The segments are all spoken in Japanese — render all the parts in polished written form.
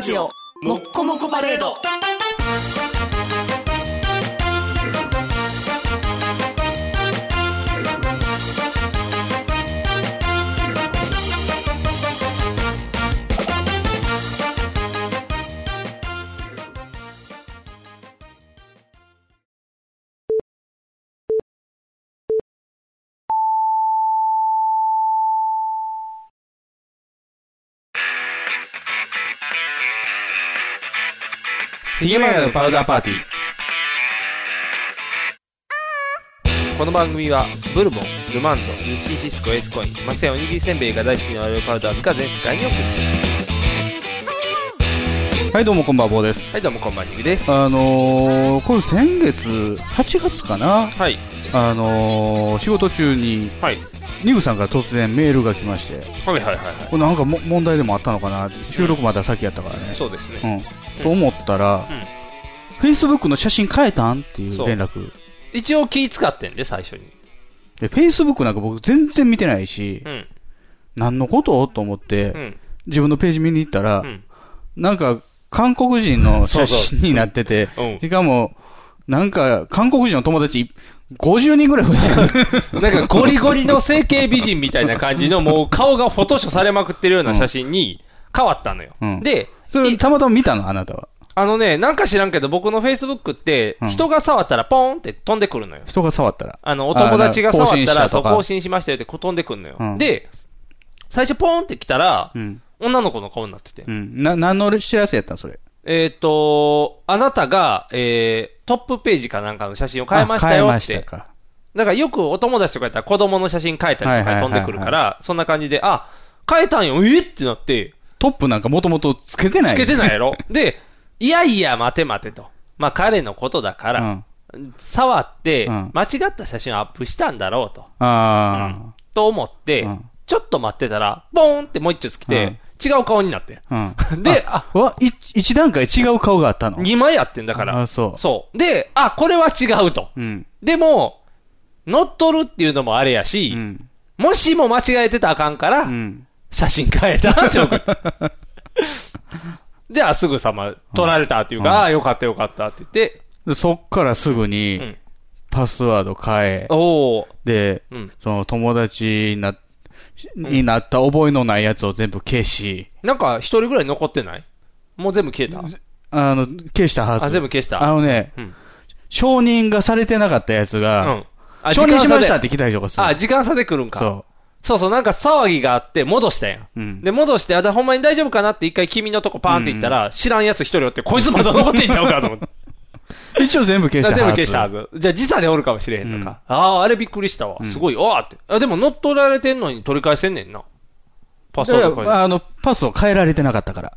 ジオもっこもこパレード。 ヒゲマヤのパウダーパーティー。この番組はブルボン、ルマンド、日清シスコ、エースコイン、マセオおにぎりせんべいが大好きな我々パウダーズが全世界に送っています。 はいどうもこんばんは、坊です。 はいどうもこんばんは、ニグです。 これ先月8月かな、 はい、 仕事中に、 はい、 ニグさんから突然メールが来まして、 はいはいはいはい、 これなんか問題でもあったのかな、収録まだ先やったからね、 そうですね、 と思ったら、Facebook の写真変えたんっていう連絡。 一応気使ってんで、最初に。 で Facebook なんか僕全然見てないし、何のことと思って、自分のページ見に行ったら、なんか韓国人の写真になってて、しかもなんか韓国人の友達50人ぐらい増えてるなんかゴリゴリの整形美人みたいな感じの、もう顔がフォトショーされまくってるような写真に変わったのよ。で、 それたまたま見たのあなたは。 なんか知らんけど、僕の Facebook って、人が触ったらポーンって飛んでくるのよ。 人が触ったらお友達が触ったら、更新しましたよって飛んでくるのよ。で、最初ポーンって来たら、女の子の顔になってて。 何の知らせやったんそれ。 あなたが、トップページかなんかの写真を変えましたよって。だからよくお友達とかやったら子供の写真変えたりとか飛んでくるから、そんな感じで、あ、変えたんよ、ってなって。 トップなんかもともとつけてない。 つけてないやろ。で、いやいや、待て待てと。まあ彼のことだから、触って、間違った写真をアップしたんだろうと。と思って、ちょっと待ってたら、ボーンってもう一丁来て、違う顔になって。で、 一段階違う顔があったの ?2 枚やってんだから。 そう。 で、これは違うと。でも、乗っ取るっていうのもあれやし、もしも間違えてたらあかんから、写真変えたって送った。で、すぐさま撮られたっていうか、よかったよかったって言って。 でそっからすぐに、パスワード変え、で、その友達になった覚えのないやつを全部消し。 なんか一人ぐらい残ってない？もう全部消えた？ 消したはず。 全部消した。 承認がされてなかったやつが、承認しましたって来たりとかする。 時間差で来るんか。そう、なんか騒ぎがあって戻したやん。で、戻して、ほんまに大丈夫かなって一回君のとこパーンって言ったら、知らんやつ一人おって、こいつまだ残ってんちゃうかと思って。 一応全部消したはず。 全部消したはず。じゃあ時差でおるかもしれへんとか。あれびっくりしたわ。すごい、って。でも乗っ取られてんのに取り返せんねんな。パスワードパスを変えられてなかったから。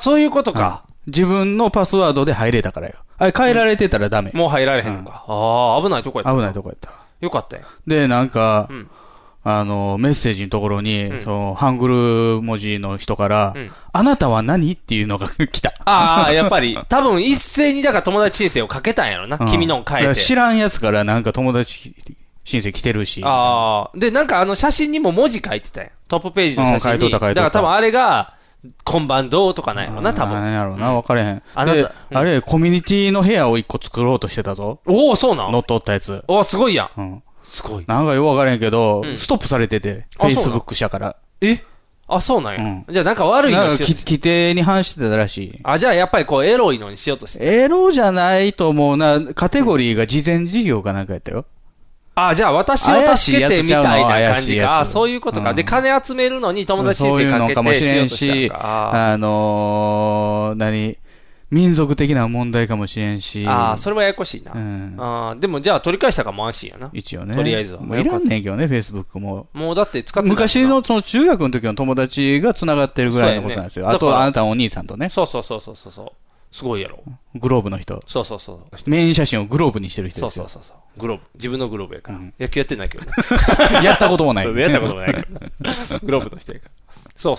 そういうことか。 自分のパスワードで入れたからよ。あれ変えられてたらダメ。 もう入られへんのか。危ないとこやった。 危ないとこやった。 よかったよ。 で、なんか、メッセージのところに、ハングル文字の人から、あなたは何っていうのが来た。 やっぱり、多分一斉にだから友達申請をかけたんやろな。君のを変えて。 知らんやつからなんか友達申請来てるし。 で、なんか写真にも文字書いてたやん。トップページの写真に。 書いとった。 だから多分あれが、今晩どうとかなんやろな、多分。 なんやろな、分かれへん。で、あれ、コミュニティの部屋を一個作ろうとしてたぞ。 そうなん？ 乗っ取ったやつ。 すごいやん。すごい。 なんかよくわからへんけど、ストップされてて、Facebook 社から。 そうなんや。じゃあなんか悪いのしようとして。 規定に反してたらしい。 じゃあやっぱりエロいのにしようとして。 エロじゃないと思うな。カテゴリーが事前事業かなんかやったよ。 じゃあ私を助けてみたいな感じか。そういうことか。で、金集めるのに友達申請かけてしようとしたのか。そういうのかもしれんし、民族的な問題かもしれんし。 それはややこしいな。でもじゃあ取り返したかも安心やな。 一応ね。 とりあえずは。 もういらんねんけどね、Facebook も。 もうだって使って昔のその中学の時の友達が繋がってるぐらいのことなんですよ。あとあなたのお兄さんとね。 そう。すごいやろ。 グローブの人。 そう。 メイン写真をグローブにしてる人ですよ。 そう。グローブ。自分のグローブやから。野球やってないけどね。 やったこともない。 やったこともないけど。グローブの人やから。そう。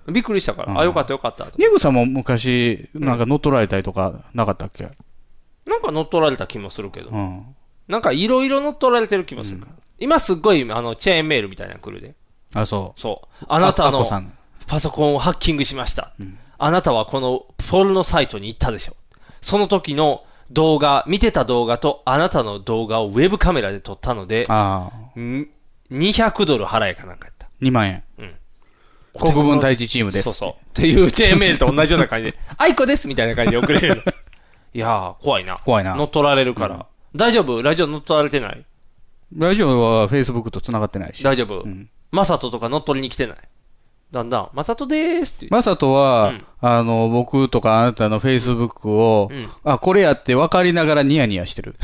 びっくりしたから。よかったよかった。 ニグさんも昔、なんか乗っ取られたりとかなかったっけ？ なんか乗っ取られた気もするけど。なんかいろいろ乗っ取られてる気もするから。今すっごいチェーンメールみたいなの来るで。 そう。 あなたのパソコンをハッキングしました。 あなたはこのポルノサイトに行ったでしょ。その時の動画、見てた動画とあなたの動画をウェブカメラで撮ったので、$200払えかなんかやった。 2万円。うん。国分太一チームです。 そうそう。っていうチェーンメールと同じような感じで、あいこですみたいな感じで送れるの。いやー、怖いな。 怖いな。 乗っ取られるから。うん、大丈夫？ラジオ乗っ取られてない？ ラジオは Facebook と繋がってないし。 大丈夫？うん。マサトとか乗っ取りに来てない？だんだん、マサトでーすって。 マサトは、うん、僕とかあなたの Facebook を、うん、あ、これやって分かりながらニヤニヤしてる。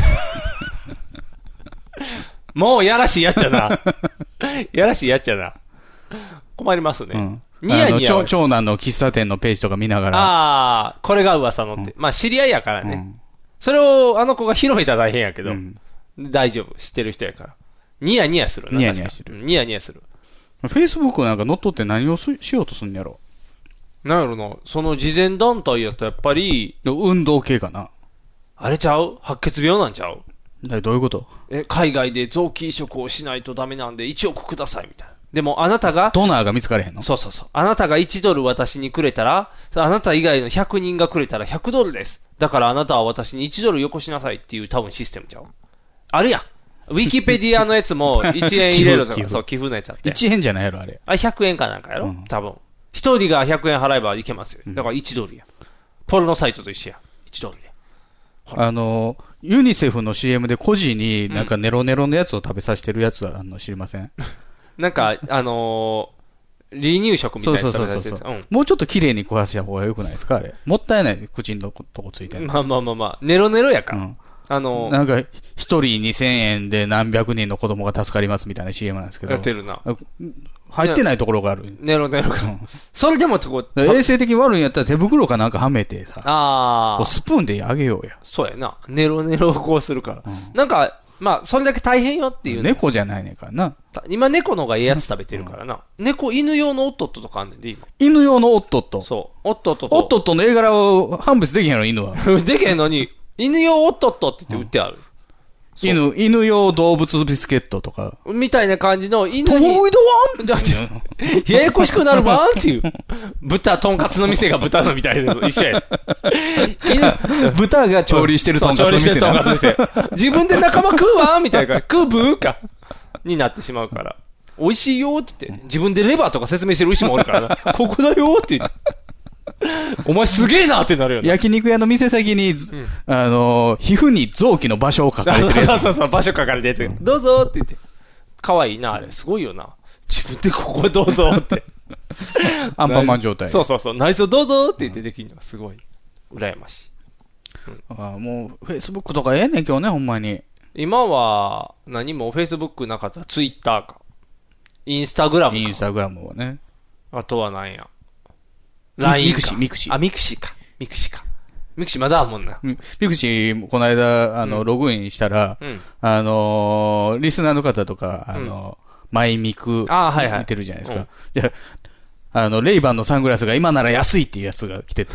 もうやらしいやっちゃな。やらしいやっちゃな。困りますね。うん、ニヤニヤ。 長男の喫茶店のページとか見ながら。 ああ、これが噂のって。うん、まあ知り合いやからね。うん、それをあの子が広めたら大変やけど、うん、大丈夫。知ってる人やから。ニヤニヤするな。 ニヤニヤしてる。 ニヤニヤする。 Facebook なんか乗っ取って何をしようとすんやろ。 なんやろな。その慈善団体やったらやっぱり。 運動系かな。 あれちゃう？白血病なんちゃう？ どういうこと？ 海外で臓器移植をしないとダメなんで1億くださいみたいな。でもあなたが。 ドナーが見つかれへんの？ そうそうそう。あなたが$1私にくれたら、あなた以外の100人がくれたら$100です。だからあなたは私に$1よこしなさいっていう多分システムちゃう？あるやん。ウィキペディアのやつも1円入れろとか、そう、寄付のやつあって。 1円じゃないやろ、あれ。 あ、100円かなんかやろ、うん、多分。一人が100円払えばいけますよ。だから$1や。ポルノサイトと一緒や。$1で。 ユニセフの CM で孤児になんかネロネロのやつを食べさせてるやつは知りません？ なんか、離乳食みたいなやつ食べさせてる。そう。 もうちょっと綺麗に食わした方がよくないですかあれ。もったいない。口のとこついてる。 まあ。ネロネロやから。うんなんか、一人2000円で何百人の子供が助かりますみたいな CM なんですけど。 やってるな。 入ってないところがある。 ネロが。それでも衛生的に悪いんやったら手袋かなんかはめてさ。こうスプーンであげようや。 そうやな。ネロをこうするから。なんか、まあ、それだけ大変よっていう。 猫じゃないねんからな。 今猫のがええやつ食べてるからな。犬用のオットットとかあんねんで、今。 犬用のオットット。 そう。オットットオットットの絵柄を判別できへんの、犬は。 できへんのに、犬用オットットって言って売ってある。 犬用動物ビスケットとか。 みたいな感じの犬に。 トモイドワンややこしくなるわーっていう。とんかつの店が豚のみたいな一緒や。 豚が調理してるとんかつの店。 調理してるとんかつの店。自分で仲間食うわーみたいな。食うブーか。になってしまうから。美味しいよーって言って。自分でレバーとか説明してる牛もおるからな。ここだよーって言って。お前すげえなってなるよね。 焼肉屋の店先に、皮膚に臓器の場所を書かれてるやつ。 そう、場所書かれてるやつ。どうぞって言って。かわいいな、あれ。すごいよな。自分でここどうぞって。 アンパンマン状態。 そう。内装どうぞって言ってできるのがすごい。羨ましい。 もう、Facebook とかええねん、今日ね、ほんまに。 今は、何も Facebook なかったら Twitter か。インスタグラムはね。 あとは何や。 ミクシー。 あ、ミクシーか。ミクシーまだあんもんな。 ミクシー、この間、ログインしたら、リスナーの方とか、マイミク、見てるじゃないですか。で、レイバンのサングラスが今なら安いっていうやつが来てた。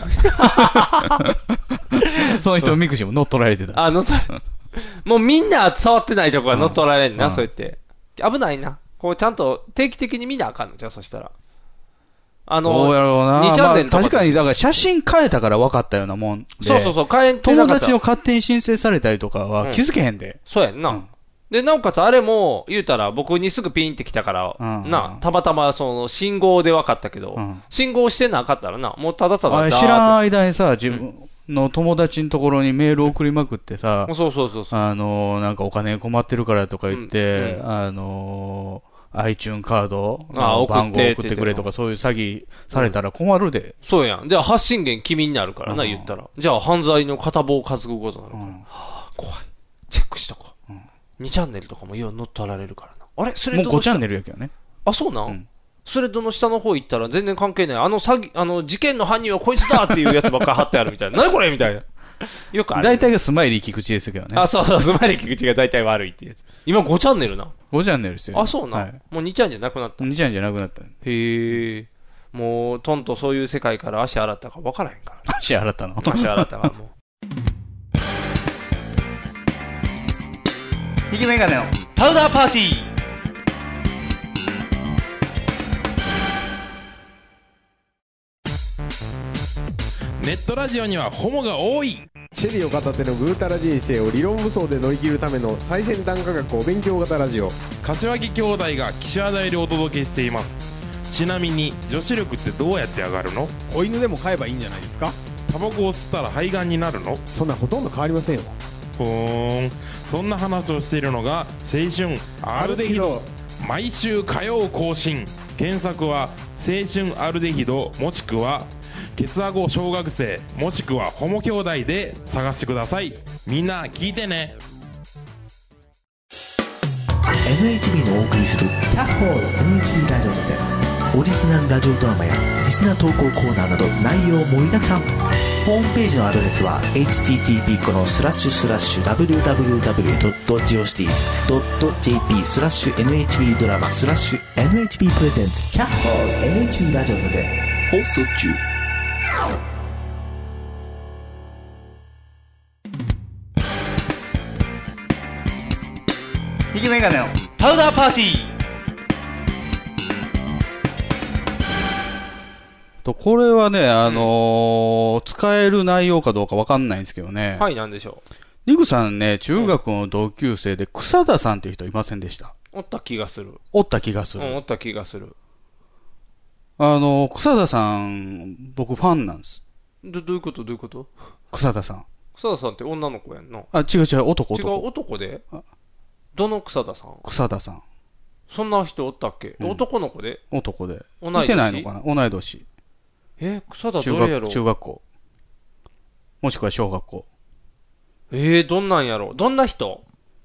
その人、ミクシーも乗っ取られてた。 もうみんな触ってないとこが乗っ取られんな、そうやって。危ないな。こう、ちゃんと定期的に見なあかんのじゃ、そしたら。 どうやろうな。 2チャンネルとか。 確かに、だから写真変えたから分かったようなもんで。 そう、変えてなかった。友達を勝手に申請されたりとかは気づけへんで。 そうやんな。で、なおかつあれも、言うたら僕にすぐピンって来たから、たまたま信号で分かったけど、信号してなかったらな、もうただただ知らん間にさ、自分の友達のところにメール送りまくってさ、 そう。 なんかお金困ってるからとか言って、iTunes カード、番号送ってくれとかそういう詐欺されたら困るで。 そうやん。じゃあ発信源君になるからな、言ったら。じゃあ犯罪の片棒を担ぐことになるから。怖い。チェックしとこう。2チャンネルとかもよう乗っ取られるからな。あれスレッドもう5チャンネルやけどね。 あ、そうなん、スレッドの下の方行ったら全然関係ない。事件の犯人はこいつだっていうやつばっかり貼ってあるみたいな。何これみたいな。よくある。 大体がスマイリー菊池ですけどね。 あ、そう、スマイリー菊池が大体悪いっていうやつ。今5チャンネルな。 5チャンネルですよ。 あ、そうな。もう2チャンじゃなくなった。 2チャンじゃなくなった。 へえ。もう、トンとそういう世界から足洗ったか分からへんから。 足洗ったの？ 足洗ったからもう。 ひげメガネのパウダーパーティー。 ネットラジオにはホモが多い。 シェリーを片手のぐうたら人生を理論武装で乗り切るための最先端科学お勉強型ラジオ。 柏木兄弟が岸和田よりお届けしています。ちなみに女子力ってどうやって上がるの？ 子犬でも飼えばいいんじゃないですか？ タバコを吸ったら肺がんになるの？ そんなほとんど変わりませんよ。 そんな話をしているのが青春アルデヒド。毎週火曜更新。検索は青春アルデヒドもしくはケツアゴ小学生もしくはホモ兄弟で探してください。みんな聞いてね。 NHB のお送りするキャッホール NHB ラジオでオリジナルラジオドラマやリスナー投稿コーナーなど内容盛りだくさん。ホームページのアドレスは http://www.geocities.jp/NHB ドラマ/NHB プレゼンツキャッホール NHB ラジオで放送中。 ひげメガネのパウダーパーティー。 これはね、使える内容かどうかわかんないんですけどね。 はい、なんでしょう。ニグさんね、中学の同級生で草田さんっていう人いませんでした？ おった気がする。 おった気がする。 おった気がする。 草田さん、僕ファンなんです。 どういうことどういうこと？ 草田さん。 草田さんって女の子やんな。 あ、違う違う、男。 違う、男で？どの草田さん？ 草田さん。 そんな人おったっけ？男の子で？ 男で。 同い年？ 見てないのかな？同い年。 草田どれやろ？ 中学校。もしくは小学校。 どんなんやろ？どんな人？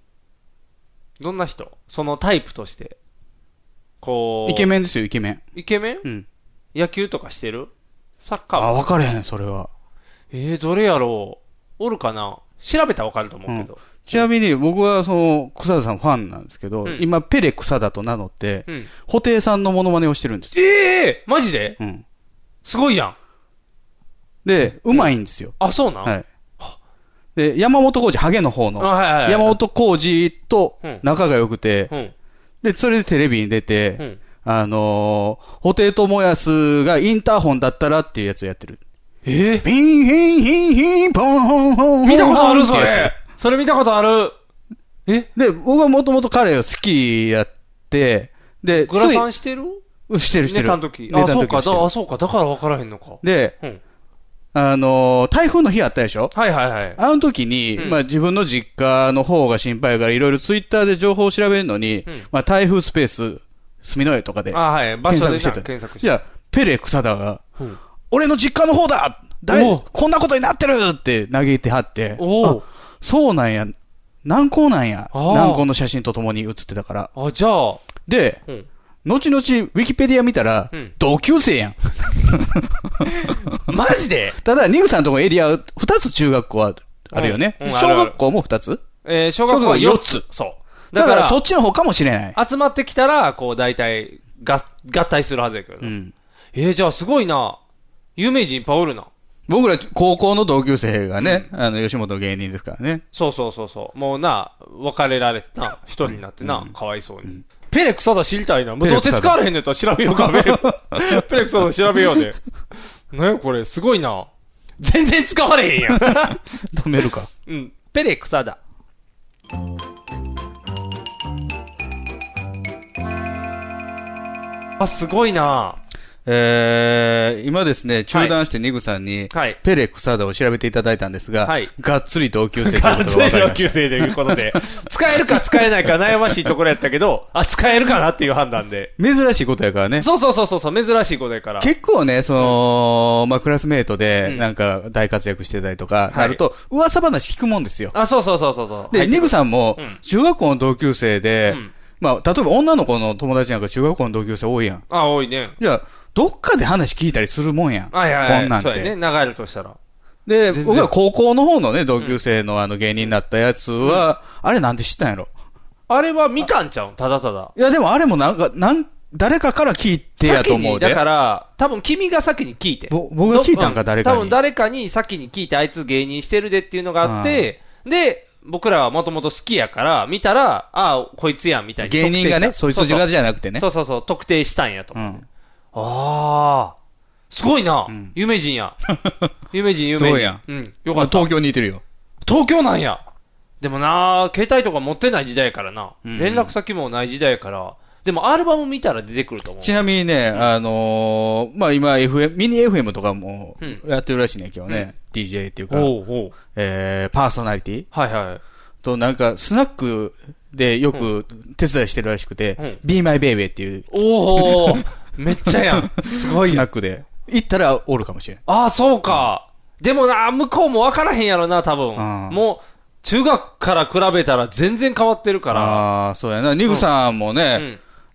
そのタイプとして。こう。 イケメンですよ、イケメン。 イケメン？ うん。 野球とかしてる？サッカー？ 分かれへん、それは。 どれやろう？おるかな？調べたら分かると思うけど。 ちなみに僕は草田さんファンなんですけど、今ペレ草田と名乗って、布袋さんのモノマネをしてるんです。 マジで？すごいやん。 で、うまいんですよ。 あ、そうなん？ はい。で、山本浩二、ハゲの方の、山本浩二と仲が良くて、で、それでテレビに出て、布袋寅泰がインターホンだったらっていうやつをやってる。ピンヒンヒンヒンポンホンホン。 見たことあるそれ。それ見たことある。 で、僕はもともと彼が好きやって、で、 グラサンしてる？ してる。 ネタの時。あ、そうか。だから分からへんのか。 で、台風の日あったでしょ？ はいはいはい。 あの時に、自分の実家の方が心配からいろいろツイッターで情報を調べるのに、台風スペース、住の江とかで、 場所で検索して。 じゃあ、ペレ草田が、俺の実家の方だこんなことになってるって嘆いてはって、そうなんや、南高なんや、南高の写真とともに写ってたから。 じゃあ。 で、後々、ウィキペディア見たら、同級生やん。 マジで？ ただ、ニグさんのとこエリア、2つ中学校あるよね。小学校も2つ？ 小学校は4つ。そう。 だから、そっちの方かもしれない。 集まってきたら、大体、合体するはずやけど。じゃあすごいな。有名人いっぱいおるな。 僕ら高校の同級生がね、吉本芸人ですからね。 そう。もうな、別れられてな、一人になってな、かわいそうに。ペレ草田知りたいな。もうどうせ使われへんねんと調べようか、ペレ草田調べようで。なんやこれ、すごいな。全然使われへんやん。 止めるか。 ペレ草田。すごいな。 今ですね、中断してニグさんに、ペレ草田を調べていただいたんですが、がっつり同級生ということが分かりました。がっつり同級生ということで、 使えるか使えないか悩ましいところやったけど、使えるかなっていう判断で。 珍しいことやからね。 そう、珍しいことやから。 結構ね、クラスメイトで、なんか大活躍してたりとか、なると、噂話聞くもんですよ。 そう。 で、ニグさんも、中学校の同級生で、例えば女の子の友達なんか中学校の同級生多いやん。 多いね。 じゃあ、どっかで話聞いたりするもんやん。こんなんて。 そうやね、流れるとしたら。 で、僕は高校の方のね、同級生の芸人になったやつは、あれなんで知ったんやろ？ あれは見たんちゃうん？ただただ。 いや、でもあれも誰かから聞いてやと思うで。 だから、多分君が先に聞いて。 僕が聞いたんか、誰かに。 多分誰かに先に聞いて、あいつ芸人してるでっていうのがあって、で、僕らはもともと好きやから、見たら、こいつやん、みたいな。 芸人がね、そいつ自画じゃなくてね。 そう、特定したんやと。 すごいな。有名人や。有名人、有名人。 すごいやん。 うん。よかった。 東京にいてるよ。 東京なんや。でもな、携帯とか持ってない時代やからな。連絡先もない時代やから。でもアルバム見たら出てくると思う。 ちなみにね、まあ、今 ミニ FM とかもやってるらしいね、今日ね。DJ っていうか、パーソナリティはいはい。 と、なんか、スナックでよく手伝いしてるらしくて、Be My Baby っていう。 おー、めっちゃやん。すごい。 スナックで。行ったらおるかもしれん。 ああ、そうか。でもな、向こうも分からへんやろな、多分。もう、中学から比べたら全然変わってるから。ああ、そうやな。ニグさんもね、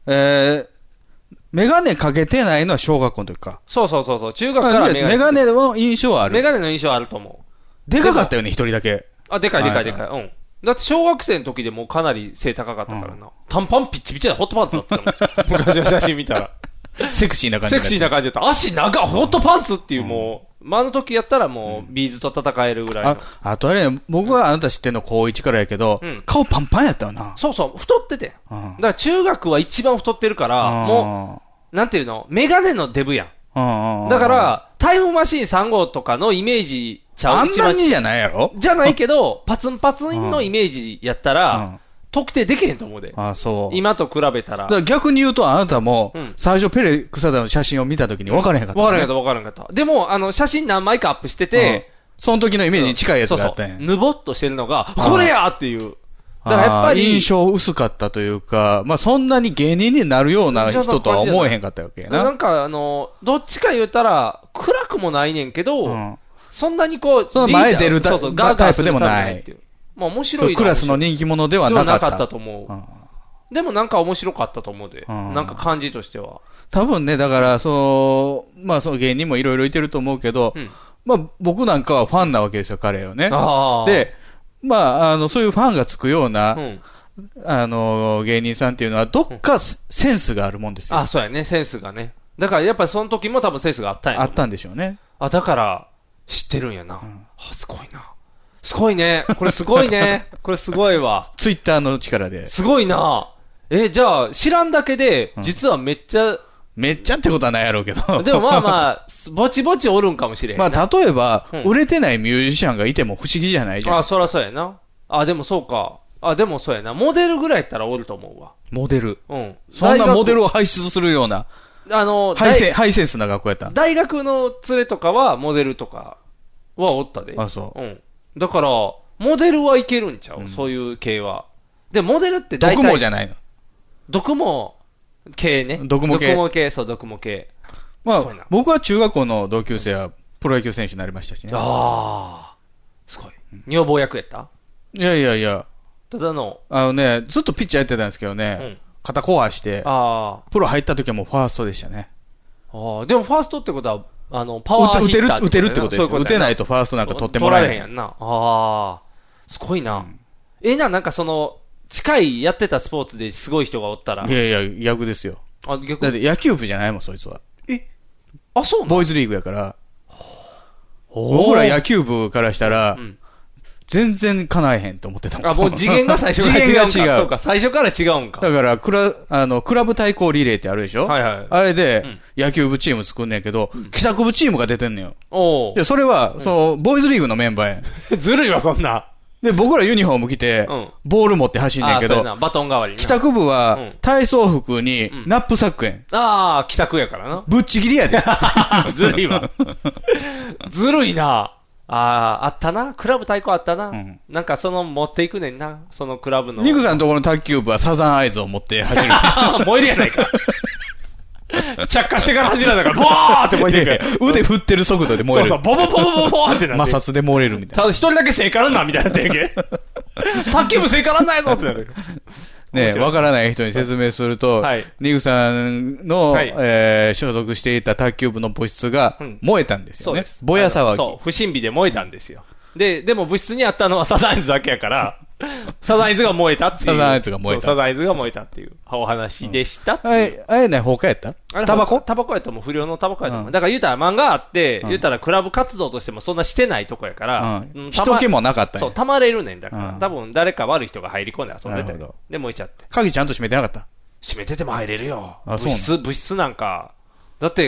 メガネかけてないのは小学校の時か。 そうそうそう。中学からメガネの印象はある。 メガネの印象はあると思う。 でかかったよね、一人だけ。 あ、でかい。うん。だって小学生の時でもうかなり背高かったからな。短パンピッチピチでホットパンツだったの。昔の写真見たら。 セクシーな感じ。 セクシーな感じだった。足長ホットパンツっていうもう、あの時やったらもう、ビーズと戦えるぐらいの。 あとあれね、僕はあなた知ってんの高1からやけど、顔パンパンやったよな。 そうそう、太ってて。だから中学は一番太ってるから、もう、なんていうの、メガネのデブやん。だから、タイムマシーン3号とかのイメージちゃう。 あんなにじゃないやろじゃないけど、パツンパツンのイメージやったら、特定できへんと思うで。 あ、そう。 今と比べたら。 だから逆に言うと、あなたも、最初ペレクサダの写真を見たときに分からへんかった、 分からへんかった。でも、写真何枚かアップしてて、 その時のイメージに近いやつがあったんや。 ぬぼっとしてるのが、これやっていう。だからやっぱり。 印象薄かったというか、まあそんなに芸人になるような人とは思えへんかったわけやな。 なんかどっちか言うたら、暗くもないねんけど、そんなにこう、 その前出るタイプでもない。 まあ面白い。 クラスの人気者ではなかった。 なかったと思う。でもなんか面白かったと思うで。なんか感じとしては。 多分ね、だから、まあその芸人もいろいろいてると思うけど、まあ僕なんかはファンなわけですよ、彼よね。で、まあそういうファンがつくような、芸人さんっていうのはどっかセンスがあるもんですよ。 あ、そうやね、センスがね。だからやっぱりその時も多分センスがあったんや。 あったんでしょうね。 あ、だから知ってるんやな。すごいな。すごいね。これすごいね。これすごいわ。 ツイッターの力で。 すごいな。じゃあ、知らんだけで、実はめっちゃってことはないやろうけど。 でもまあまあ、ぼちぼちおるんかもしれん。 まあ、例えば、売れてないミュージシャンがいても不思議じゃないじゃん。 あ、そらそうやな。あ、でもそうか。あ、でもそうやな。モデルぐらいやったらおると思うわ。 モデル。そんなモデルを輩出するような。ハイセンスな学校やった。 大学の連れとかは、モデルとかはおったで。 あ、そう。 だから、モデルはいけるんちゃう、そういう系は。で、モデルって大体。 毒もじゃないの。 毒も系ね。 毒も系。 そう、毒も系。 まあ、僕は中学校の同級生はプロ野球選手になりましたしね。 ああ。すごい。女房役やった？ いや。 ただの。 ずっとピッチャーやってたんですけどね。肩壊して、プロ入った時はもうファーストでしたね。 ああ、でもファーストってことは、パワーヒッター打てるってことですよ。打てないとファーストなんか取ってもらえへん。 やんな。ああ。すごいな。なんか近いやってたスポーツですごい人がおったら。 いや、逆ですよ。 あ、逆だって野球部じゃないもん、そいつは。 そうなの？ ボーイズリーグやから。僕ら野球部からしたら、全然叶えへんと思ってたもん。 あ、もう次元が最初から違う。次元が違う。そうか、最初から違うんか。 だから、クラブ対抗リレーってあるでしょ？はいはい。あれで、野球部チーム作んねんけど、帰宅部チームが出てんのよ。で、それは、ボーイズリーグのメンバーやん。 ずるいわ、そんな。 で、僕らユニフォーム着て、ボール持って走んねんけど、 バトン代わりに。 帰宅部は、体操服に、ナップサックやん。 ああ、帰宅やからな。 ぶっちぎりやで。 ずるいわ。ずるいな。あったな。クラブ対抗あったな。なんか持っていくねんな。そのクラブの。 ニグさんのところの卓球部はサザンアイズを持って走る。 燃えるやないか。着火してから走るんだから、ボーって燃えていく。 腕振ってる速度で燃える。 そう、ボボボボボボーってなって。 摩擦で燃えるみたいな。 ただ一人だけ聖火ランナーみたいになってんけ。卓球部聖火ランナーやぞってなる。 ね、わからない人に説明すると、ニグさんの、所属していた卓球部の部室が燃えたんですよね。ぼや騒ぎ。 そう、不審火で燃えたんですよ。でも部室にあったのはサザンアイズだけやから、サザンアイズが燃えたっていう。 サザンアイズが燃えた。 サザンアイズが燃えたっていうお話でした。 あれね、放火やったタバコやったも不良のタバコやったもん。だから言うたら漫画あって、言うたらクラブ活動としてもそんなしてないとこやから、 人気もなかったんや。 そう、溜まれるねんだから。多分誰か悪い人が入り込んで遊んでたよ。で、燃えちゃって。 鍵ちゃんと閉めてなかった？ 閉めてても入れるよ。 部室なんか。だって、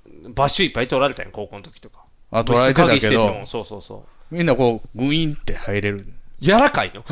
バッシュいっぱい取られたんや、高校の時とか。 あ、取られてたけど。 そうそうそう。 みんなこう、グイーンって入れる。 柔らかいの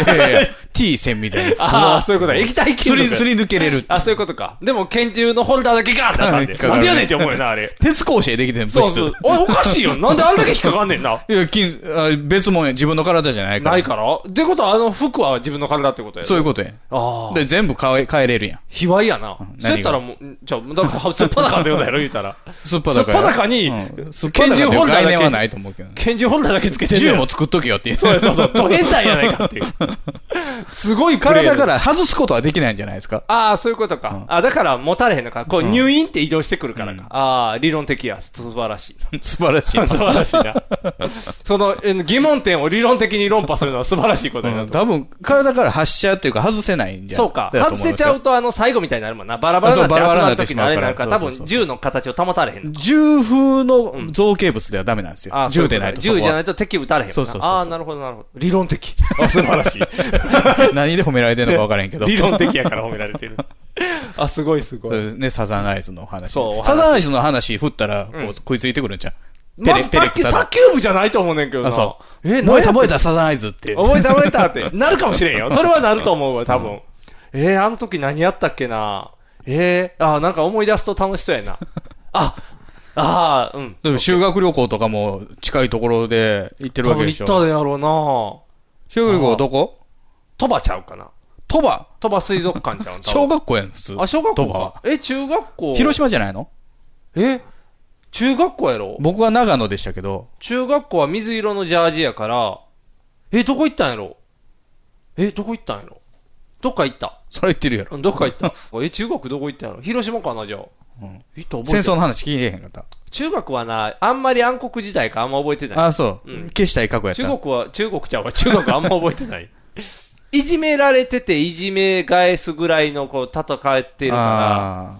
T 線みたいな。 ああ、そういうことだ。液体金属。 すり抜けれる。 あ、そういうことか。でも、拳銃のホルダーだけガーって当たんで。なんでやねんって思うよな、あれ。 鉄格子できてん、 そうそう。おかしいよ。なんであれだけ引っかかんねんな。 いや、別もんや。自分の体じゃないから。 ないからってことは、服は自分の体ってことや。 そういうことや。 ああ。 で、全部変えれるやん。 卑猥やな。そうやったらもう、じゃあ、だから、すっぱだかってことやろ、言うたら。 すっぱだか。 すっぱだかに、 拳銃ホルダーだけ。概念はないと思うけど。 拳銃ホルダーだけつけてる。 銃も作っとけよっていう。 そうそうそう。ド変態やないかっていう。すごい体から外すことはできないんじゃないですか。 ああ、そういうことか。あ、だから持たれへんのか。こう、入院って移動してくるからか。ああ、理論的や。素晴らしい。 素晴らしい。 素晴らしいな。その、疑問点を理論的に論破するのは素晴らしいことになる。 多分、体から発射っていうか外せないんじゃないそうか。外せちゃうと、最後みたいになるもんな。バラバラになって集まる時にあれになるから、多分、銃の形を保たれへん。 銃風の造形物ではダメなんですよ。銃でないと。 銃じゃないと敵撃たれへん。 そうそうそう。 ああ、なるほど、なるほど。理論的。あ、素晴らしい。 何で褒められてるのか分からへんけど。 理論的やから褒められてる。あ、すごいすごい。 そうですね、サザンアイズの話。 そう。 サザンアイズの話振ったら、食いついてくるんちゃうまず卓球部じゃないと思うねんけどな。 そう。燃えたサザンアイズって。 燃えたって。なるかもしれんよ。それはなると思うわ、多分。あの時何やったっけな。なんか思い出すと楽しそうやな。うん。 でも修学旅行とかも近いところで行ってるわけでしょ。 行ったでやろうな。 修学旅行どこ鳥羽ちゃうかな。 鳥羽水族館ちゃう小学校やん、普通。 あ、小学校か。中学校。 広島じゃないの中学校やろ僕は長野でしたけど。 中学校は水色のジャージやから、どこ行ったんやろどこ行ったんやろどっか行った。 それ言ってるやろ。 どっか行った。中学どこ行ったんやろ広島かな、じゃあ。 戦争の話聞いてへんかった。 中学はな、あんまり暗黒時代かあんま覚えてない。 あ、そう。消したい過去やった。 中国ちゃうわ。中学あんま覚えてない。いじめられてて、いじめ返すぐらいの、戦ってるから、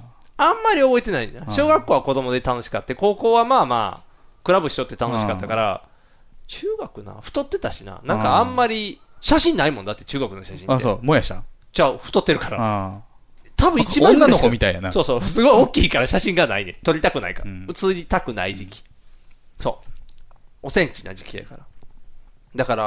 あんまり覚えてないんだ。小学校は子供で楽しかった。高校はまあまあ、クラブしとって楽しかったから、中学な、太ってたしな。なんかあんまり、写真ないもんだって、中学の写真って。 あ、そう。もやしたじゃあ、太ってるから。多分一番女の子みたいやな。 そうそう。すごい大きいから写真がないね。撮りたくないから。写りたくない時期。そう。おセンチな時期やから。だから、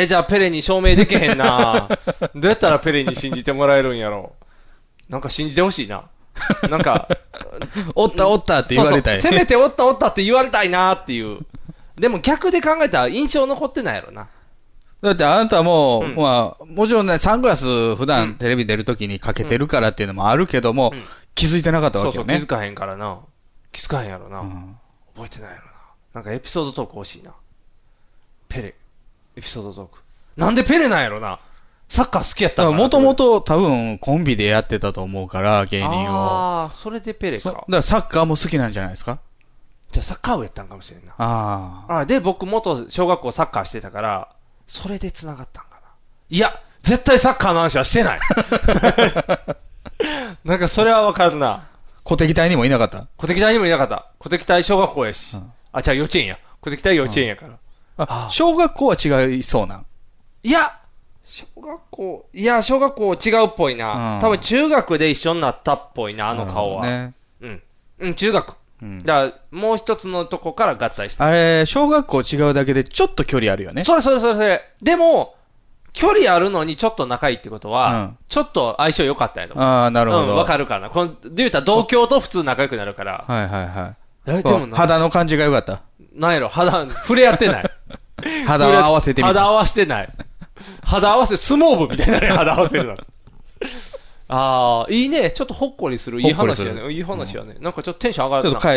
じゃあペレに証明できへんなどうやったらペレに信じてもらえるんやろなんか信じてほしいな。なんか、 おったって言われたい。 せめておったって言われたいなっていう。でも逆で考えたら印象残ってないやろな。 だってあなたも、まあ、もちろんね、サングラス普段テレビ出るときにかけてるからっていうのもあるけども、気づいてなかったわけよね。 そうそう、気づかへんからな。気づかへんやろな。覚えてないやろな。なんかエピソードトーク欲しいな。ペレ。エピソードトーク。なんでペレなんやろな。サッカー好きやったんかな。 もともと多分コンビでやってたと思うから、芸人を。 ああ、それでペレか。だからサッカーも好きなんじゃないですか。 じゃあサッカー部やったんかもしれんな。で、僕元小学校サッカーしてたから、それで繋がったんかな。いや、絶対サッカーの話はしてない。なんかそれはわかるな。 小敵隊にもいなかった？ 小敵隊にもいなかった。小敵隊小学校やし。じゃあ幼稚園や。小敵隊幼稚園やから。 小学校は違いそうなん？ いや、小学校違うっぽいな。多分中学で一緒になったっぽいな、あの顔は。中学。じゃあ、もう一つのとこから合体した。 あれ、小学校違うだけでちょっと距離あるよね。 それ。でも、距離あるのにちょっと仲いいってことは、ちょっと相性良かったんやと思う。 ああ、なるほど。 わかるかな。で言うたら同郷と普通仲良くなるから。 でも肌の感じが良かった。 なんやろ、触れ合ってない。 肌を合わせてみた。 肌合わせてない。肌合わせ、相撲部みたいなね、肌合わせるの。いいね。ちょっとほっこりする。いい話やね。いい話やね。なんかちょっとテンション上がるな。 ちょっと帰って、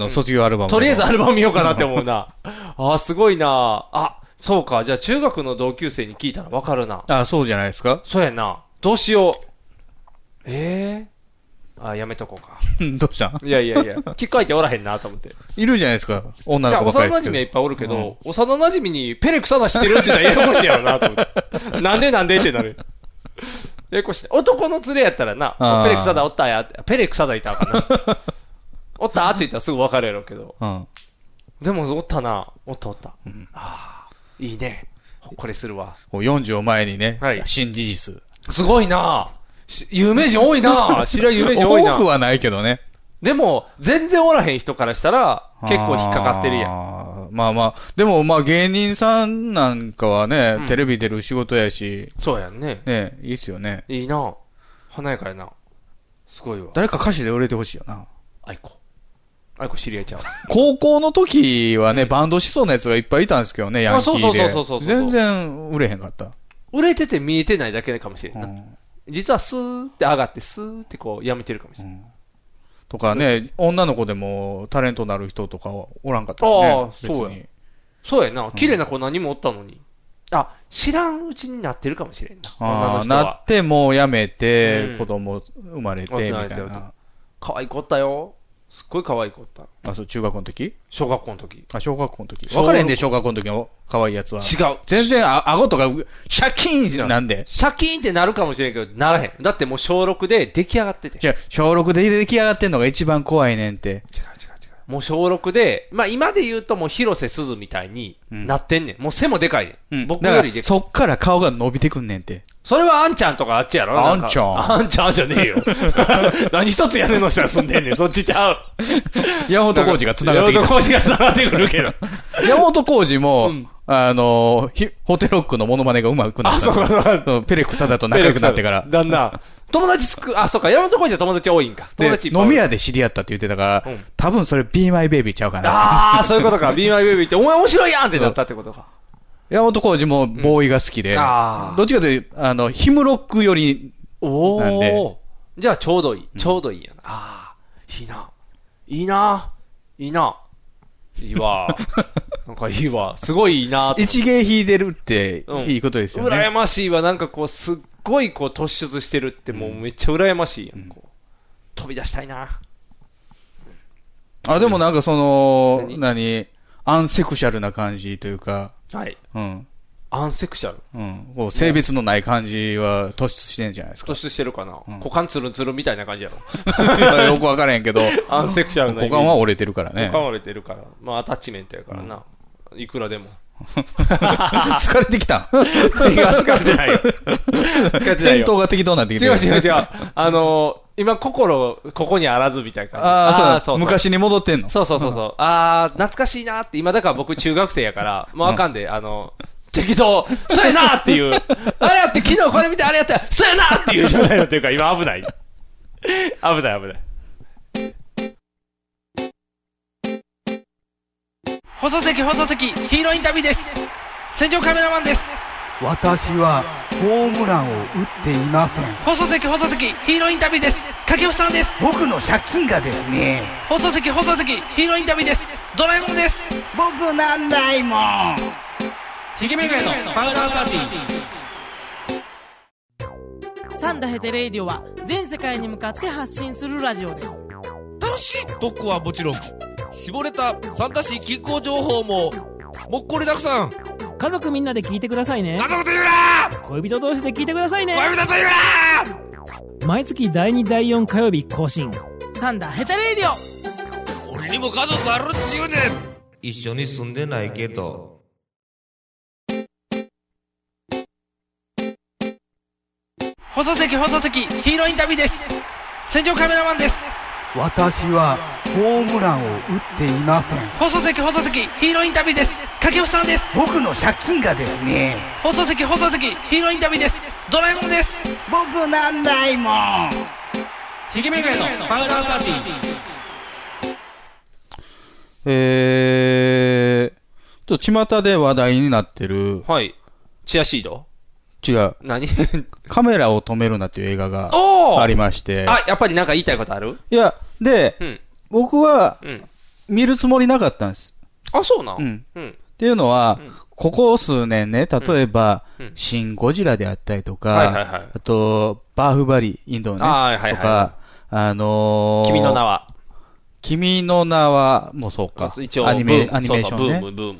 卒業アルバム。 とりあえずアルバム見ようかなって思うな。すごいな。そうか。じゃあ中学の同級生に聞いたらわかるな。 そうじゃないですか。 そうやな。どうしよう。やめとこうか。 どうしたん？ いや。聞く相手おらへんなと思って。 いるじゃないですか。女の子ばっかりですけど。 幼馴染はいっぱいおるけど、幼馴染にペレ草田知ってるって言ったらややこしいやろなと思って。なんでってなる。ややこしい。男の連れやったらな、ペレ草田おったやって、ペレ草田いたかな。おったって言ったらすぐ分かるやろうけど。でもおったな。おった。いいね。これするわ。 40を前にね、新事実。 すごいな有名人多いな知らん有名人多いな多くはないけどね。 でも、全然おらへん人からしたら、結構引っかかってるやん。 まあまあ、でもまあ芸人さんなんかはね、テレビ出る仕事やし。 そうやんね。 ね、いいっすよね。 いいな。華やかやな。すごいわ。 誰か歌手で売れてほしいよな。 あいこ知り合いちゃう。 高校の時はね、バンドしそうなやつがいっぱいいたんですけどね、ヤンキーで。 そう。 全然売れへんかった。 売れてて見えてないだけかもしれんな。実はスーって上がって、スーってこう、やめてるかもしれない。 とかね、女の子でもタレントになる人とかはおらんかったですね。 ああ、そうや。そうやな。綺麗な子何もおったのに。知らんうちになってるかもしれんな。 なってもう辞めて、子供生まれて、みたいな。 可愛い子おったよ。すっごい可愛い子おった。 そう、中学校の時？ 小学校の時。 小学校の時。分かれへんで、小学校の時の可愛いやつは。 違う。 全然、顎とか、シャキーンなんで。 シャキーンってなるかもしれんけど、ならへん。だってもう小6で出来上がってて。 じゃあ、小6で出来上がってんのが一番怖いねんって。違う。 もう小6で、まあ今で言うともう広瀬すずみたいになってんねん。もう背もでかいねん。僕よりでかい。 そっから顔が伸びてくんねんって。 それはあんちゃんとかあっちやろ。 あんちゃんじゃねえよ。何一つ屋根の下住んでんねん。そっちちゃう。 山本浩二が繋がってくる。 山本浩二が繋がってくるけど。 山本浩二も、ホテロックのモノマネが上手くなった。そう。ペレクサだと仲良くなってから。 だんだん。友達そうか、山本浩二は友達多いんか。友達飲み屋で知り合ったって言ってたから、多分それ Be My Baby ちゃうかな。 そういうことか。Be My Baby って、お前面白いやんってなったってことか。 山本浩二もボーイが好きで、どっちかというと、ヒムロックよりなんで。 じゃあちょうどいい。ちょうどいいやな。いいな。いいな。いいな。いいわ。なんかいいわ。すごいいいな。 一芸弾いてるっていいことですよね。 羨ましいわ。なんかこう、すっごいこう突出してるってもうめっちゃ羨ましいやん。こう飛び出したいな。 でもなんかアンセクシャルな感じというか。 はい。アンセクシャル。 こう性別のない感じは突出してんじゃないですか。 突出してるかな。股間ツルンツルンみたいな感じやろ。 よくわからへんけど。 アンセクシャルな。 股間は折れてるからね。 股間折れてるから。まあアタッチメントやからな。いくらでも。 疲れてきた。 疲れてないよ。疲れてないよ。 返答が適当になってきてる。 違う。今、ここにあらずみたいな感じ。そう。昔に戻ってんの？ そう。懐かしいなって。今、だから僕中学生やから、もうあかんで、適当、そうやなっていう。あれやって、昨日これ見てあれやったら、そうやなっていう状態のっていうか、今危ない。危ない。放送席、ヒーローインタビューです。戦場カメラマンです。 私はホームランを打っていません。 放送席、ヒーローインタビューです。掛布さんです。 僕の借金がですね。 放送席、ヒーローインタビューです。ドラえもんです。 僕なんないもん。 ひげめがえのパウダーパーティー。サンダヘテレイディオは全世界に向かって発信するラジオです。 楽しい特攻はもちろん、絞れたサンタシ気候情報ももっこりたくさん。 家族みんなで聞いてくださいね。 家族と言うな。 恋人同士で聞いてくださいね。 恋人と言うな。毎月第2第4火曜日更新、 サンダヘテレイディオ。俺にも家族あるっちゅうねん。一緒に住んでないけど。 放送席、ヒーローインタビューです。戦場カメラマンです。 私はホームランを打っていません。 放送席、ヒーローインタビューです。掛布さんです。 僕の借金がですね。 放送席、ヒーローインタビューです。ドラえもんです。 僕なんないもん。 ひげめがえのパウダーパーティー。巷で話題になってる。 はい。チアシード？ 違う。 何カメラを止めるなっていう映画がありまして。 やっぱりなんか言いたいことある？ いや、で、僕は、見るつもりなかったんです。 そうなん？ っていうのは、ここ数年ね、例えば、シン・ゴジラであったりとか、あと、バーフバリ、インドのね、とか、 君の名は。 君の名は、もうそうか。アニメーションね。 ブーム。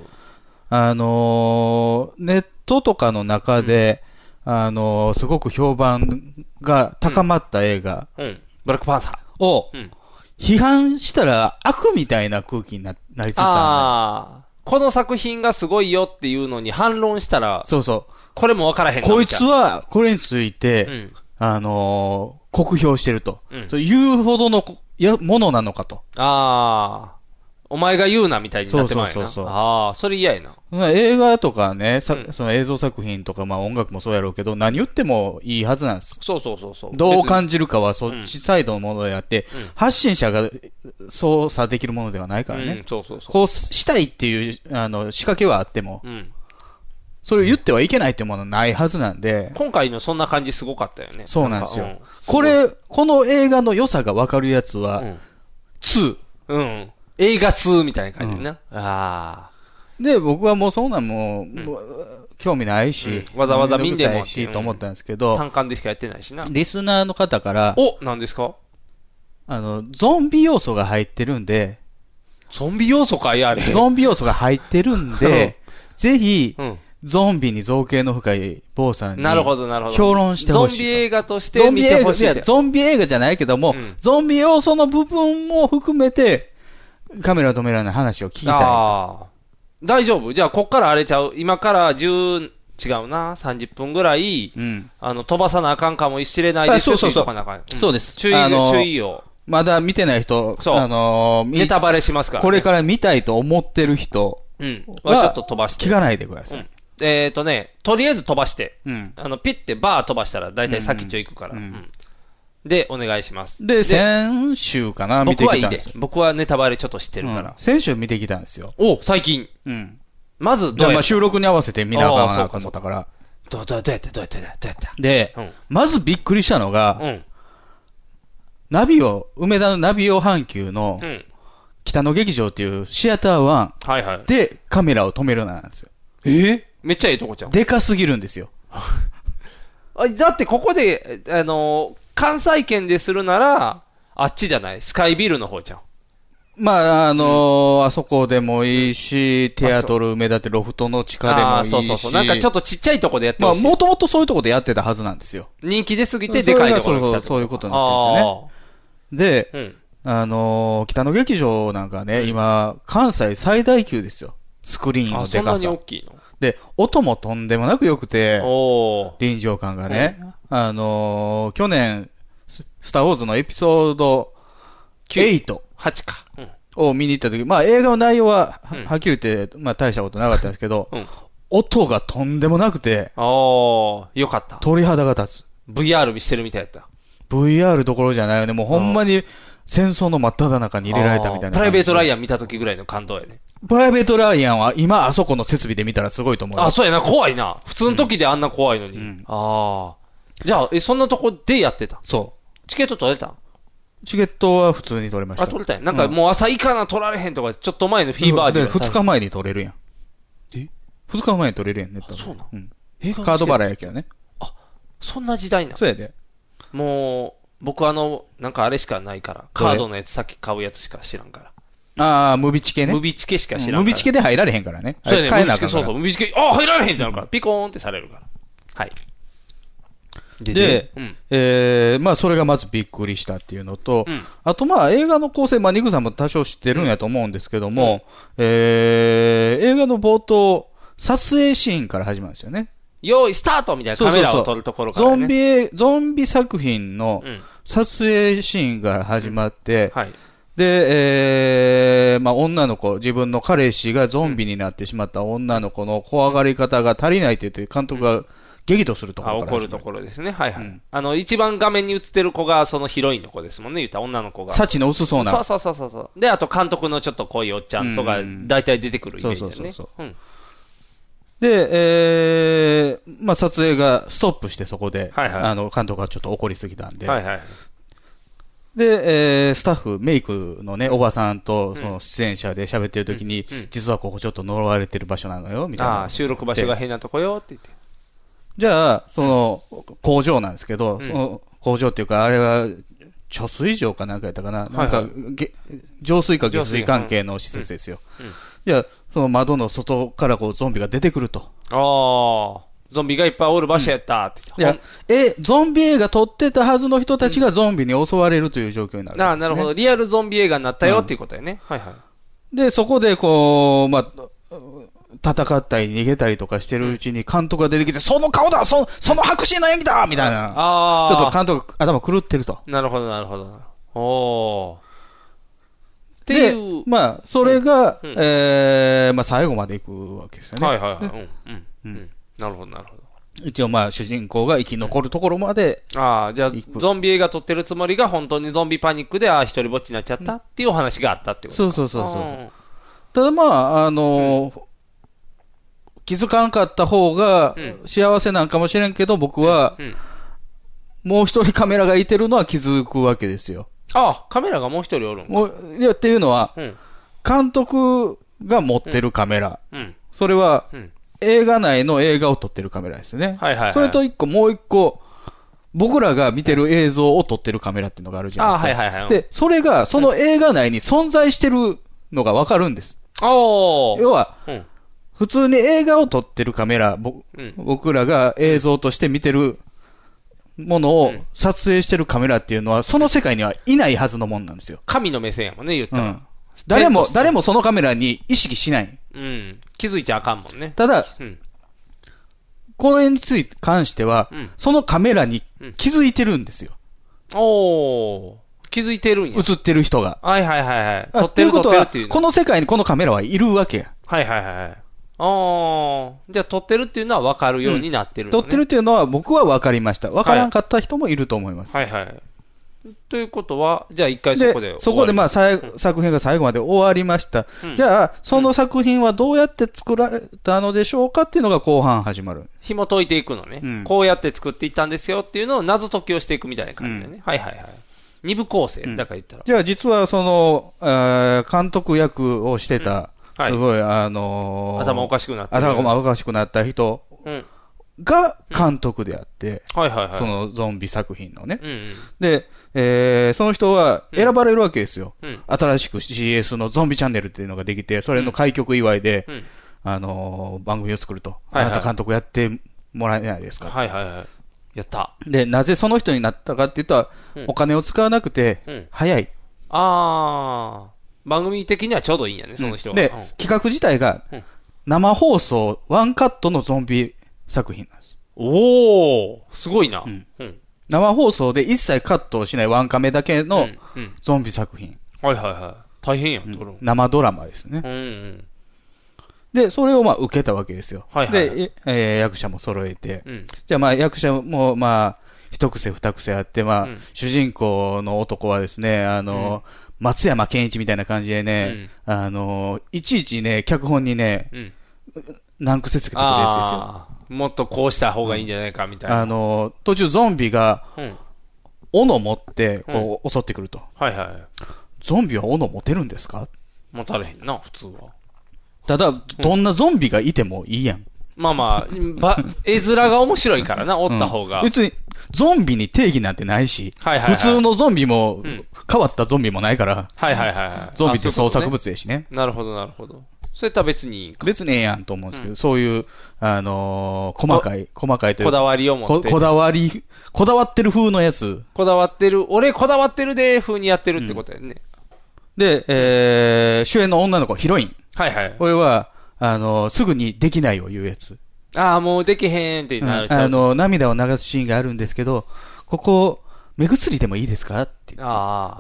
ネットとかの中で、すごく評判が高まった映画。 ブラックパンサー。 を、批判したら悪みたいな空気になりつつある。 この作品がすごいよっていうのに反論したら、 そう。 これも分からへんのこいつは、これについて、酷評してると。そういうほどのものなのかと。 ああ。お前が言うなみたいになってまうよな。 そう。 ああ、それ嫌やな。 映画とかね、その映像作品とか、まあ音楽もそうやろうけど、何言ってもいいはずなんです。 そう。 どう感じるかはそっちサイドのものであって、発信者が操作できるものではないからね。 そう。 こうしたいっていう、仕掛けはあっても、それを言ってはいけないっていうものはないはずなんで。 今回のそんな感じすごかったよね。 そうなんですよ。この映画の良さがわかるやつは、2。 映画2みたいな感じでな。ああ。 で、僕はもうそんなんもう、興味ないし、 わざわざ見んでもしと思ったんですけど、 単館でしかやってないしな。 リスナーの方から、 何ですか？ ゾンビ要素が入ってるんで、 ゾンビ要素かいあれ。 ゾンビ要素が入ってるんで、ぜひ、ゾンビに造形の深い坊さんに、評論してほしい。 ゾンビ映画として見てほしい。 ゾンビ映画じゃないけども、ゾンビ要素の部分も含めて、カメラ止められない話を聞きたい。 大丈夫？じゃあ、こっからあれちゃう。今から違うな。30分ぐらい、飛ばさなあかんかもしれないですよ。 そうです。 注意を。 まだ見てない人、 ネタバレしますから。 これから見たいと思ってる人はちょっと飛ばして。 聞かないでください。 とりあえず飛ばして、ピッてバー飛ばしたら大体先っちょ行くから。で、お願いします。 で、先週かな、見てきたんですよ。 僕はネタバレちょっと知ってるから。 先週見てきたんですよ。 最近。まず、どうやった？ 収録に合わせて見なあかんなと思ったから。 どうやったで、まずびっくりしたのが、梅田のナビオ阪急の、北野劇場っていうシアター1でカメラを止めるなんですよ。 めっちゃいいとこちゃん。 でかすぎるんですよ。 だってここで、関西圏でするなら、あっちじゃない？スカイビルの方じゃん。 まあ、あそこでもいいし、テアトル梅田ってロフトの地下でもいいし。 なんかちょっとちっちゃいとこでやってほしい。 もともとそういうとこでやってたはずなんですよ。 人気出すぎてでかいところに来た。 そういうことになってるんですよね。で、北野劇場なんかね、今、関西最大級ですよ。スクリーンのでかさ。 そんなに大きいの？ で、音もとんでもなく良くて、臨場感がね、去年、スターウォーズのエピソード8。 8か。 を見に行った時、まあ映画の内容は、はっきり言って、まあ大したことなかったんですけど、音がとんでもなくて、 よかった。 鳥肌が立つ。 VR 見してるみたいやった。 VR どころじゃないよね。もうほんまに戦争の真っ只中に入れられたみたいな。 プライベートライアン見た時ぐらいの感動やね。 プライベートライアンは今あそこの設備で見たらすごいと思う。 そうやな、怖いな。普通の時であんな怖いのに。じゃあ、そんなとこでやってた？ そう。 チケット取れた？ チケットは普通に取れました。 取れたんや。なんかもう朝いかな取られへんとか、ちょっと前のフィーバーで。 2日前に取れるやん。2日前に取れるやん、ネット。 そうなん？ カード払いやけどね。 そんな時代なの？ そうやで。 もう、僕なんかあれしかないから。カードのやつ先買うやつしか知らんから。 ムビチケね。 ムビチケしか知らんから。 ムビチケで入られへんからね。 そうやね。買えなあかんから。ムビチケ、入られへんってなるから。ピコーンってされるから。はい。 で、まあそれがまずびっくりしたっていうのと、あとまあ映画の構成、まあニグさんも多少知ってるんやと思うんですけども、映画の冒頭、撮影シーンから始まるんですよね。 用意スタートみたいなカメラを撮るところからね。 ゾンビ作品の撮影シーンから始まって、で、まあ女の子、自分の彼氏がゾンビになってしまった女の子の怖がり方が足りないって言って監督が激怒するところから。 怒るところですね。はいはい。一番画面に映ってる子がそのヒロインの子ですもんね、言った女の子が。 幸の薄そうな。 そう。で、あと監督のちょっと濃いおっちゃんとか、大体出てくるイメージだよね。そう。 で、まあ撮影がストップしてそこで、監督がちょっと怒りすぎたんで。で、スタッフ、メイクのね、おばさんと、その出演者で喋ってる時に、実はここちょっと呪われてる場所なのよ、みたいな。 収録場所が変なとこよって言って。 じゃあ、その、工場なんですけど、その工場っていうか、あれは、貯水場かなんかやったかな。なんか、浄水か下水関係の施設ですよ。じゃあ、その窓の外からこうゾンビが出てくると。 ゾンビがいっぱいおる場所やったって。 いや、ゾンビ映画撮ってたはずの人たちがゾンビに襲われるという状況になる、 なるほど。リアルゾンビ映画になったよっていうことやね。はいはい。 で、そこでこう、まあ、戦ったり逃げたりとかしてるうちに監督が出てきて、その顔だその白紙の演技だみたいな。ちょっと監督頭狂ってると。 なるほど。 おー。っていう。 まあ、それが、まあ、最後まで行くわけですよね。 はいはいはい。なるほどなるほど。 一応まあ、主人公が生き残るところまで。 ああ、じゃあ、ゾンビ映画撮ってるつもりが本当にゾンビパニックで、一人ぼっちになっちゃったっていうお話があったってことそう。ただまあ、気づかんかった方が幸せなんかもしれんけど、僕は、もう一人カメラがいてるのは気づくわけですよ。 ああ、カメラがもう一人おるんか。 いや、っていうのは、監督が持ってるカメラ。それは、映画内の映画を撮ってるカメラですね。それともう一個、僕らが見てる映像を撮ってるカメラっていうのがあるじゃないですか。で、それが、その映画内に存在してるのがわかるんです。要は、普通に映画を撮ってるカメラ、僕らが映像として見てるものを撮影してるカメラっていうのは、その世界にはいないはずのもんなんですよ。 神の目線やもんね、言ったら。 誰もそのカメラに意識しない。 気づいちゃあかんもんね。 ただ、これに関しては、そのカメラに気づいてるんですよ。 気づいてるんや。 映ってる人が。 はい。撮ってるっていう。 この世界にこのカメラはいるわけや。 はい。じゃあ撮ってるっていうのは分かるようになってるのね。 撮ってるっていうのは僕は分かりました。分からんかった人もいると思います。 ということは、じゃあ一回そこでまあ作品が最後まで終わりました。じゃあ、その作品はどうやって作られたのでしょうかっていうのが後半始まる。 紐解いていくのね。こうやって作っていったんですよっていうのを謎解きをしていくみたいな感じでね。二部構成、だから言ったら。 じゃあ実はその、監督役をしてた、すごい頭おかしくなった人が監督であって、そのゾンビ作品のね。で、その人は選ばれるわけですよ。新しく CS のゾンビチャンネルっていうのができて、それの開局祝いで、番組を作ると。あなた監督やってもらえないですか。 やった。 で、なぜその人になったかって言ったら、お金を使わなくて、早い。 番組的にはちょうどいいんやね、その人は。 で、企画自体が、生放送、ワンカットのゾンビ作品なんです。 すごいな。 生放送で一切カットをしないワンカメだけのゾンビ作品。 大変やん、 生ドラマですね。で、それをまあ受けたわけですよ。で、役者も揃えて。じゃあまあ役者もまあ、一癖二癖あって、まあ、主人公の男はですね、松山健一みたいな感じでね、いちいちね、脚本にね、難癖つけてくるやつですよ。 もっとこうした方がいいんじゃないかみたいな。 途中ゾンビが、斧持って、こう、襲ってくると。ゾンビは斧持てるんですか？ 持たれへんな、普通は。 ただ、どんなゾンビがいてもいいやん。 まあまあ、絵面が面白いからな、おった方が。 別に、ゾンビに定義なんてないし、普通のゾンビも、変わったゾンビもないから、ゾンビって創作物やしね。 なるほど。それとは別にいいんか。 別にええやんと思うんですけど、そういう、細かいという。 こだわりを持って。 こだわってる風のやつ。 俺こだわってるで風にやってるってことやね。 で、主演の女の子、ヒロイン。これは、すぐにできないを言うやつ。 もうできへんってなる。 涙を流すシーンがあるんですけど、ここ、目薬でもいいですかって言って。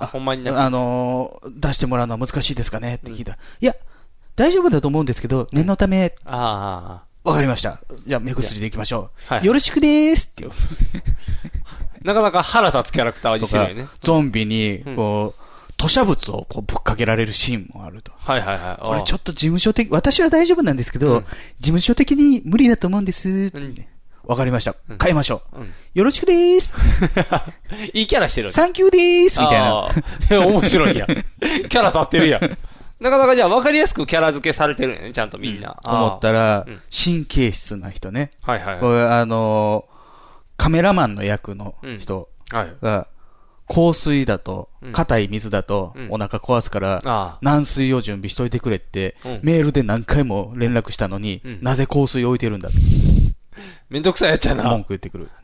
ほんまに出してもらうのは難しいですかねって聞いた。いや、大丈夫だと思うんですけど、念のため。わかりました。じゃあ目薬でいきましょう。よろしくでーすって。 なかなか腹立つキャラクターにしてるよね。 ゾンビに、こう、吐砂物をこうぶっかけられるシーンもあると。これちょっと事務所的、私は大丈夫なんですけど、事務所的に無理だと思うんです。わかりました。変えましょう。よろしくでーす。 いいキャラしてる。 サンキューでーすみたいな。面白いやん。キャラ立ってるやん。なかなかじゃあ分かりやすくキャラ付けされてるよね、ちゃんとみんな。 思ったら、神経質な人ね。これカメラマンの役の人が、香水だと、硬い水だと、お腹壊すから、軟水を準備しといてくれって、メールで何回も連絡したのに、なぜ香水置いてるんだって。 めんどくさいやっちゃな。 文句言ってくる。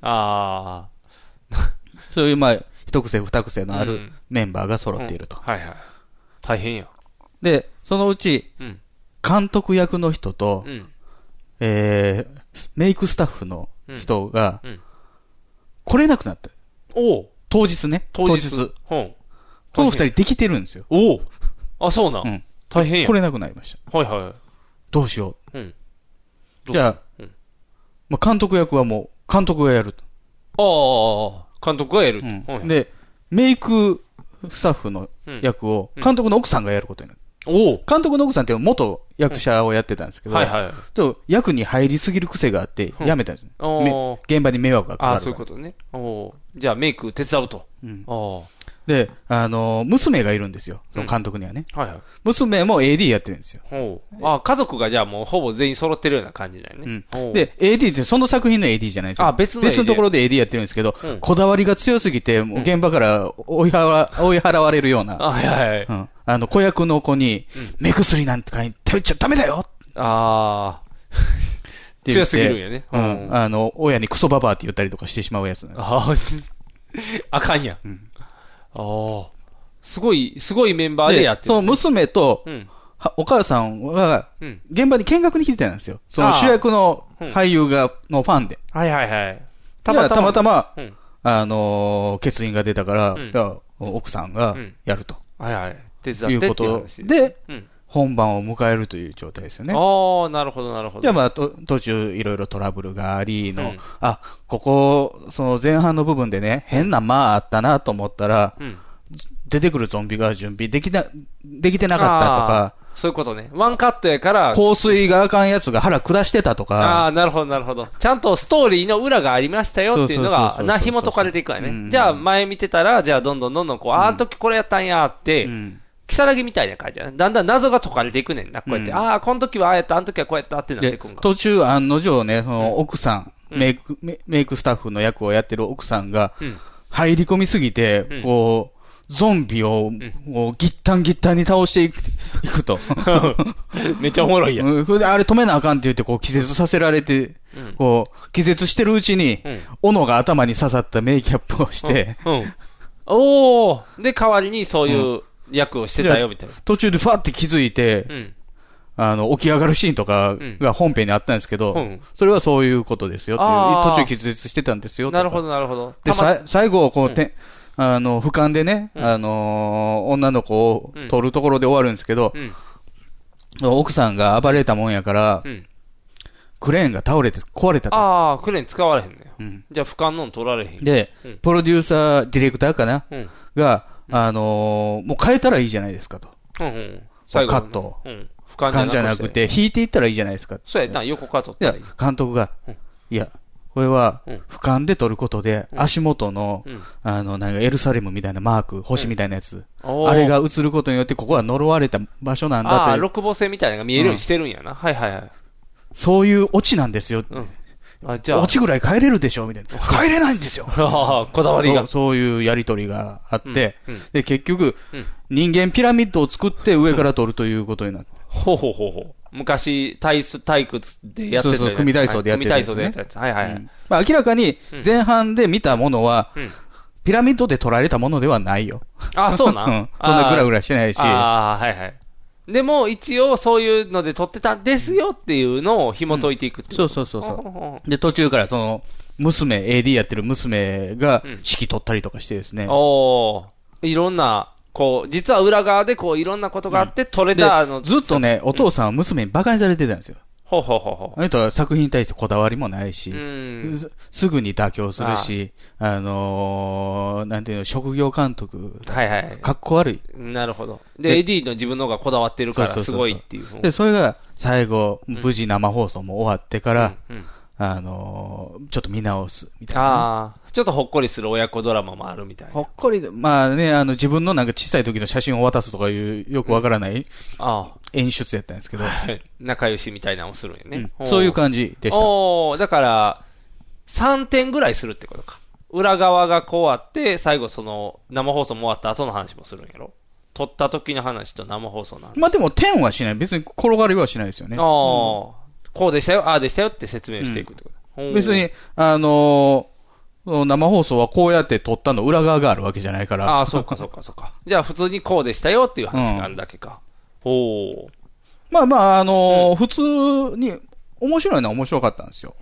そういう、まあ、一癖二癖のあるメンバーが揃っていると。 大変や。 で、そのうち、監督役の人と、メイクスタッフの人が、来れなくなった。当日ね。当日。 この二人できてるんですよ。 おお。あ、そうなん。大変や。 来れなくなりました。 はいはい。 どうしよう。じゃあ、まあ、監督役はもう、監督がやると。 ああ、監督がやる。 で、メイクスタッフの役を、監督の奥さんがやることになる。監督の奥さんって元役者をやってたんですけど、役に入りすぎる癖があって、やめたんですね。現場に迷惑がかかる。 ああ、そういうことね。じゃあメイク手伝うと。 で、娘がいるんですよ。その監督にはね。娘も AD やってるんですよ。 家族がじゃあもうほぼ全員揃ってるような感じだよね。 で、AD ってその作品の AD じゃないですよ。別のところで AD やってるんですけど、こだわりが強すぎて、もう現場から追い払われるような。子役の子に、目薬なんて頼っちゃダメだよああ。強すぎるんやね。 親にクソババアって言ったりとかしてしまうやつ。 あかんや。すごいメンバーでやってる。 その娘と、お母さんは、現場に見学に来てたんですよ。その主役の俳優のファンで。たまたま、欠員が出たから、奥さんがやると。いうことで、本番を迎えるという状態ですよね。 ああ、なるほど、なるほど。 じゃあまあ、途中いろいろトラブルがありの、ここ、その前半の部分でね、変なあったなと思ったら、出てくるゾンビが準備できてなかったとか、 そういうことね。ワンカットやから。 香水があかんやつが腹下してたとか。 ああ、なるほど、なるほど。ちゃんとストーリーの裏がありましたよっていうのが、紐解かれていくわね。じゃあ前見てたら、じゃあどんどんこう、あの時これやったんやって、キサラギみたいな感じやね。だんだん謎が解かれていくねんな。こうやって、ああ、この時はああやった、あの時はこうやったってなっていくんか。 途中案の定ね、その奥さん、メイクスタッフの役をやってる奥さんが、入り込みすぎて、こう、ゾンビを、ギッタンに倒していくと。 めっちゃおもろいやん。 それであれ止めなあかんって言って、こう、気絶させられて、こう、気絶してるうちに、斧が頭に刺さったメイキャップをして、 おーで、代わりにそういう役をしてたよ、みたいな。 途中でファって気づいて、起き上がるシーンとかが本編にあったんですけど、それはそういうことですよっていう、途中気絶してたんですよ。 なるほど、なるほど。 で、最後、こう、俯瞰でね、女の子を撮るところで終わるんですけど、奥さんが暴れたもんやから、クレーンが倒れて壊れたと。 ああ、クレーン使われへんね。じゃあ俯瞰の取られへん。 で、プロデューサー、ディレクターかなが、もう変えたらいいじゃないですかと。カットを。俯瞰じゃなくて、引いていったらいいじゃないですか。 そうやな、横カット。 いや、監督が、いや、これは、俯瞰で撮ることで、足元の、なんかエルサレムみたいなマーク、星みたいなやつ、あれが映ることによって、ここは呪われた場所なんだと。 ああ、六芒星みたいなのが見えるようにしてるんやな。はいはいはい。 そういうオチなんですよ。オチぐらい変えれるでしょみたいな。変えれないんですよ。 こだわりが。 そういうやりとりがあって、で、結局、人間ピラミッドを作って上から撮るということになって。 ほう。昔、体育でやってた。 そう、組体操でやってた。 組体操でやったやつ。はいはい。 まあ明らかに前半で見たものは、ピラミッドで撮られたものではないよ。 あ、そうなんそんなグラグラしてないし。 ああ、はいはい。でも一応そういうので撮ってたんですよっていうのを紐解いていくっていう。 そう。で、途中からその、AD やってる娘が指揮取ったりとかしてですね。 いろんな、こう、実は裏側でこういろんなことがあって撮れたずっとね、お父さんは娘に馬鹿にされてたんですよ。 あの人は作品に対してこだわりもないし、すぐに妥協するし、なんていうの、職業監督。かっこ悪い。 なるほど。で、AD の自分の方がこだわってるからすごいっていう。 で、それが最後、無事生放送も終わってから、ちょっと見直すみたいな。 ちょっとほっこりする親子ドラマもあるみたいな。 ほっこり、まあね、自分のなんか小さい時の写真を渡すとかいうよくわからない演出やったんですけど。 仲良しみたいなのをするんよね。 そういう感じでした。 だから、3点ぐらいするってことか。裏側がこうあって、最後その生放送も終わった後の話もするんやろ。撮った時の話と生放送の話。 まあでも点はしない。別に転がりはしないですよね。 こうでしたよ、ああでしたよって説明していくってこと。 別に、生放送はこうやって撮ったの裏側があるわけじゃないから。 ああ、そうか。じゃあ普通にこうでしたよっていう話があるだけか。 まあ、普通に面白いのは面白かったんですよ。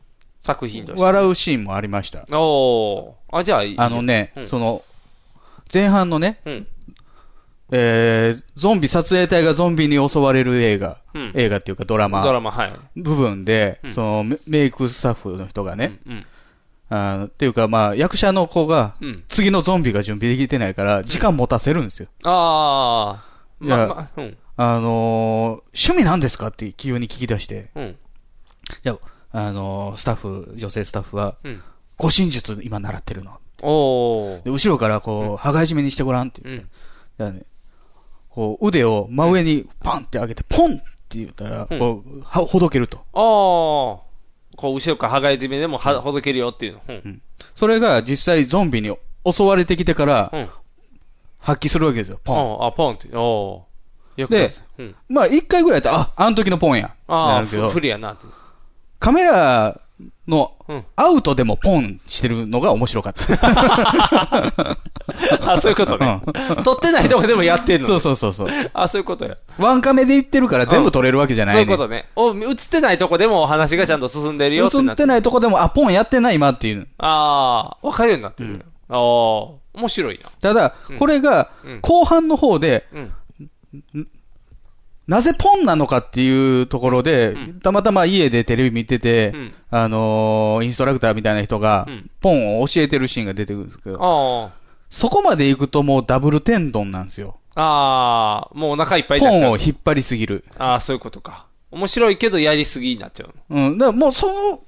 作品として。 笑うシーンもありました。 じゃあいい。 その、 前半のね、ゾンビ撮影隊がゾンビに襲われる映画っていうかドラマ部分で、そのメイクスタッフの人がね、っていうかまあ役者の子が、次のゾンビが準備できてないから時間持たせるんですよ。趣味なんですかって急に聞き出して、じゃあ、女性スタッフは、護身術今習ってるの。で後ろからこう、羽交い締めにしてごらんって言って。じゃあね、こう腕を真上にパンって上げて、ポンって言ったら、こう、ほどけると。 こう後ろから羽交い締めでもほどけるよっていうの。 それが実際ゾンビに襲われてきてから、発揮するわけですよ。ポン。 ポンって。 で、まあ一回ぐらいやったら、あの時のポンや。なるけど。 不利やなって。 カメラのアウトでもポンしてるのが面白かった。 そういうことね。撮ってないとこでもやってんの。 そう。 そういうことや。 ワンカメで言ってるから全部撮れるわけじゃないね。 そういうことね。映ってないとこでも話がちゃんと進んでるよってなって。 映ってないとこでも、ポンやってない今っていう。 わかるようになってる。面白いな。 ただ、これが、後半の方で、なぜポンなのかっていうところで、たまたま家でテレビ見てて、インストラクターみたいな人が、ポンを教えてるシーンが出てくるんですけど、そこまで行くともうダブルテンドンなんですよ。 もうお腹いっぱいになっちゃう。 ポンを引っ張りすぎる。 そういうことか。面白いけどやりすぎになっちゃう。 だからもう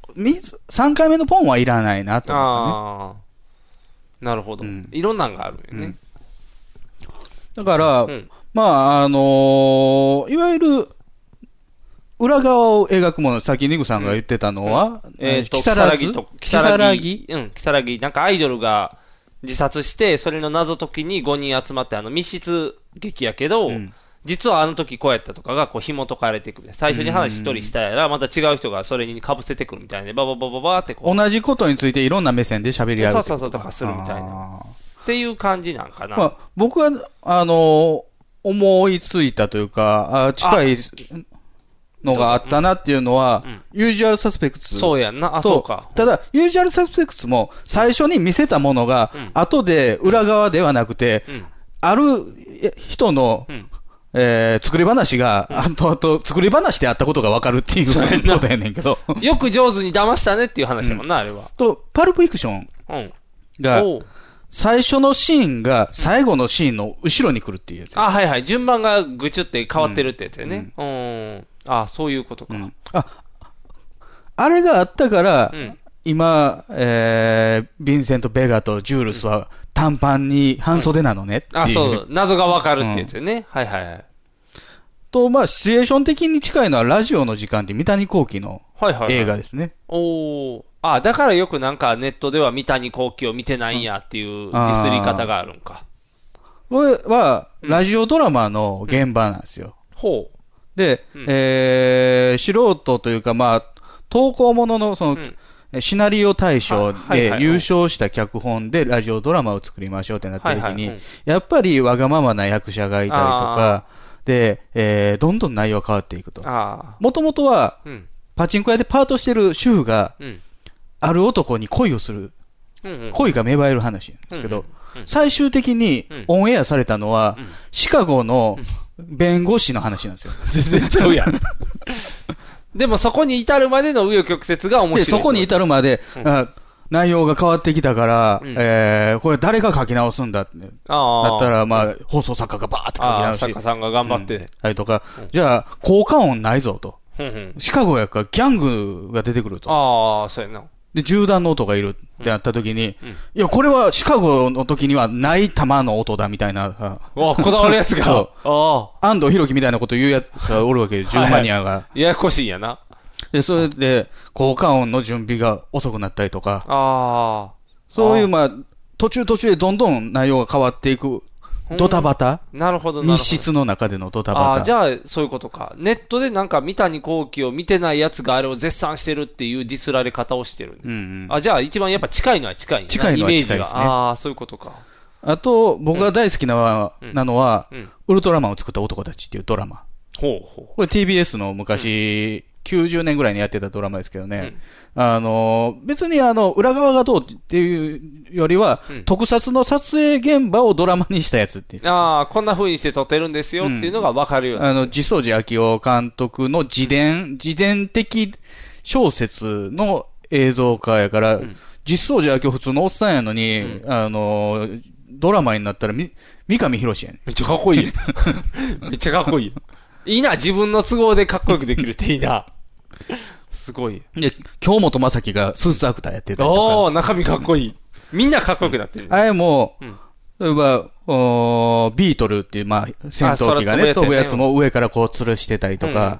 3回目のポンはいらないなと思ってね。 なるほど。いろんなのがあるよね。 だから、まあ、いわゆる、裏側を描くもの、さっきニグさんが言ってたのは、 キサラギ。なんかアイドルが自殺して、それの謎解きに5人集まって、密室劇やけど、実はあの時こうやったとかがこう紐解かれていく。最初に話一人したら、また違う人がそれに被せてくるみたいな、バーってこう。 同じことについていろんな目線で喋り合う。 そうとかするみたいな。っていう感じなんかな。 まあ、僕は、思いついたというか、近いのがあったなっていうのは、ユージュアルサスペクツ。 そうやんな。そうか。 ただ、ユージュアルサスペクツも最初に見せたものが、後で裏側ではなくて、ある人の、作り話が、作り話であったことがわかるっていうことやねんけど。 よく上手に騙したねっていう話だもんな、あれは。 パルプフィクションが、最初のシーンが最後のシーンの後ろに来るっていうやつです。 はいはい。順番がぐちゅって変わってるってやつよね。そういうことか。 あれがあったから、今、ヴィンセント・ベガとジュールスは短パンに半袖なのねっていう。 そう。謎がわかるってやつよね。はい。 と、まあ、シチュエーション的に近いのはラジオの時間って三谷幸喜の映画ですね。 だからよくなんかネットでは三谷幸喜を見てないんやっていうディスり方があるんか。 これは、ラジオドラマの現場なんですよ。で、素人というか、まあ、投稿ものの、シナリオ大賞で優勝した脚本でラジオドラマを作りましょうってなった時に、やっぱりわがままな役者がいたりとか、で、どんどん内容が変わっていくと。もともとは、パチンコ屋でパートしてる主婦が、ある男に恋をする。恋が芽生える話なんですけど、最終的にオンエアされたのは、シカゴの弁護士の話なんですよ。 全然ちゃうやん。でもそこに至るまでの紆余曲折が面白い。 そこに至るまで、内容が変わってきたから、これ誰が書き直すんだって。だったら、まあ、放送作家がバーって書き直し。 作家さんが頑張って。 とか、じゃあ、効果音ないぞと。シカゴやからギャングが出てくると。 そうやな。 で、銃弾の音がいるってなった時に、いや、これはシカゴの時にはない弾の音だみたいな。 こだわるやつが。 安藤博樹みたいなこと言うやつがおるわけで、銃マニアが。 ややこしいんやな。 で、それで、効果音の準備が遅くなったりとか。そういう、まあ、途中でどんどん内容が変わっていく。ドタバタ。 なるほど。 密室の中でのドタバタ。 じゃあ、そういうことか。ネットでなんか三谷幸喜を見てないやつがあれを絶賛してるっていうディスられ方をしてる。じゃあ一番やっぱ近いのは近い。 近いのは近いですね。 そういうことか。 あと、僕が大好きなのは、ウルトラマンを作った男たちっていうドラマ。これ TBS の昔 90年ぐらいにやってたドラマですけどね。別に裏側がどうっていうよりは、特撮の撮影現場をドラマにしたやつっていう。 ああ、こんな風にして撮ってるんですよっていうのがわかるよね。 実相寺昭夫監督の自伝的小説の映像化やから、実相寺昭夫普通のおっさんやのに、ドラマになったら三上博史やね。 めっちゃかっこいい。めっちゃかっこいい。いいな、自分の都合でかっこよくできるっていいな。すごい。 で、京本正樹がスーツアクターやってたりとか。 おー、中身かっこいい。みんなかっこよくなってる、ね。 あれも、例えば、ビートルっていう、まあ、戦闘機がね、飛ぶやつも上からこう吊るしてたりとか、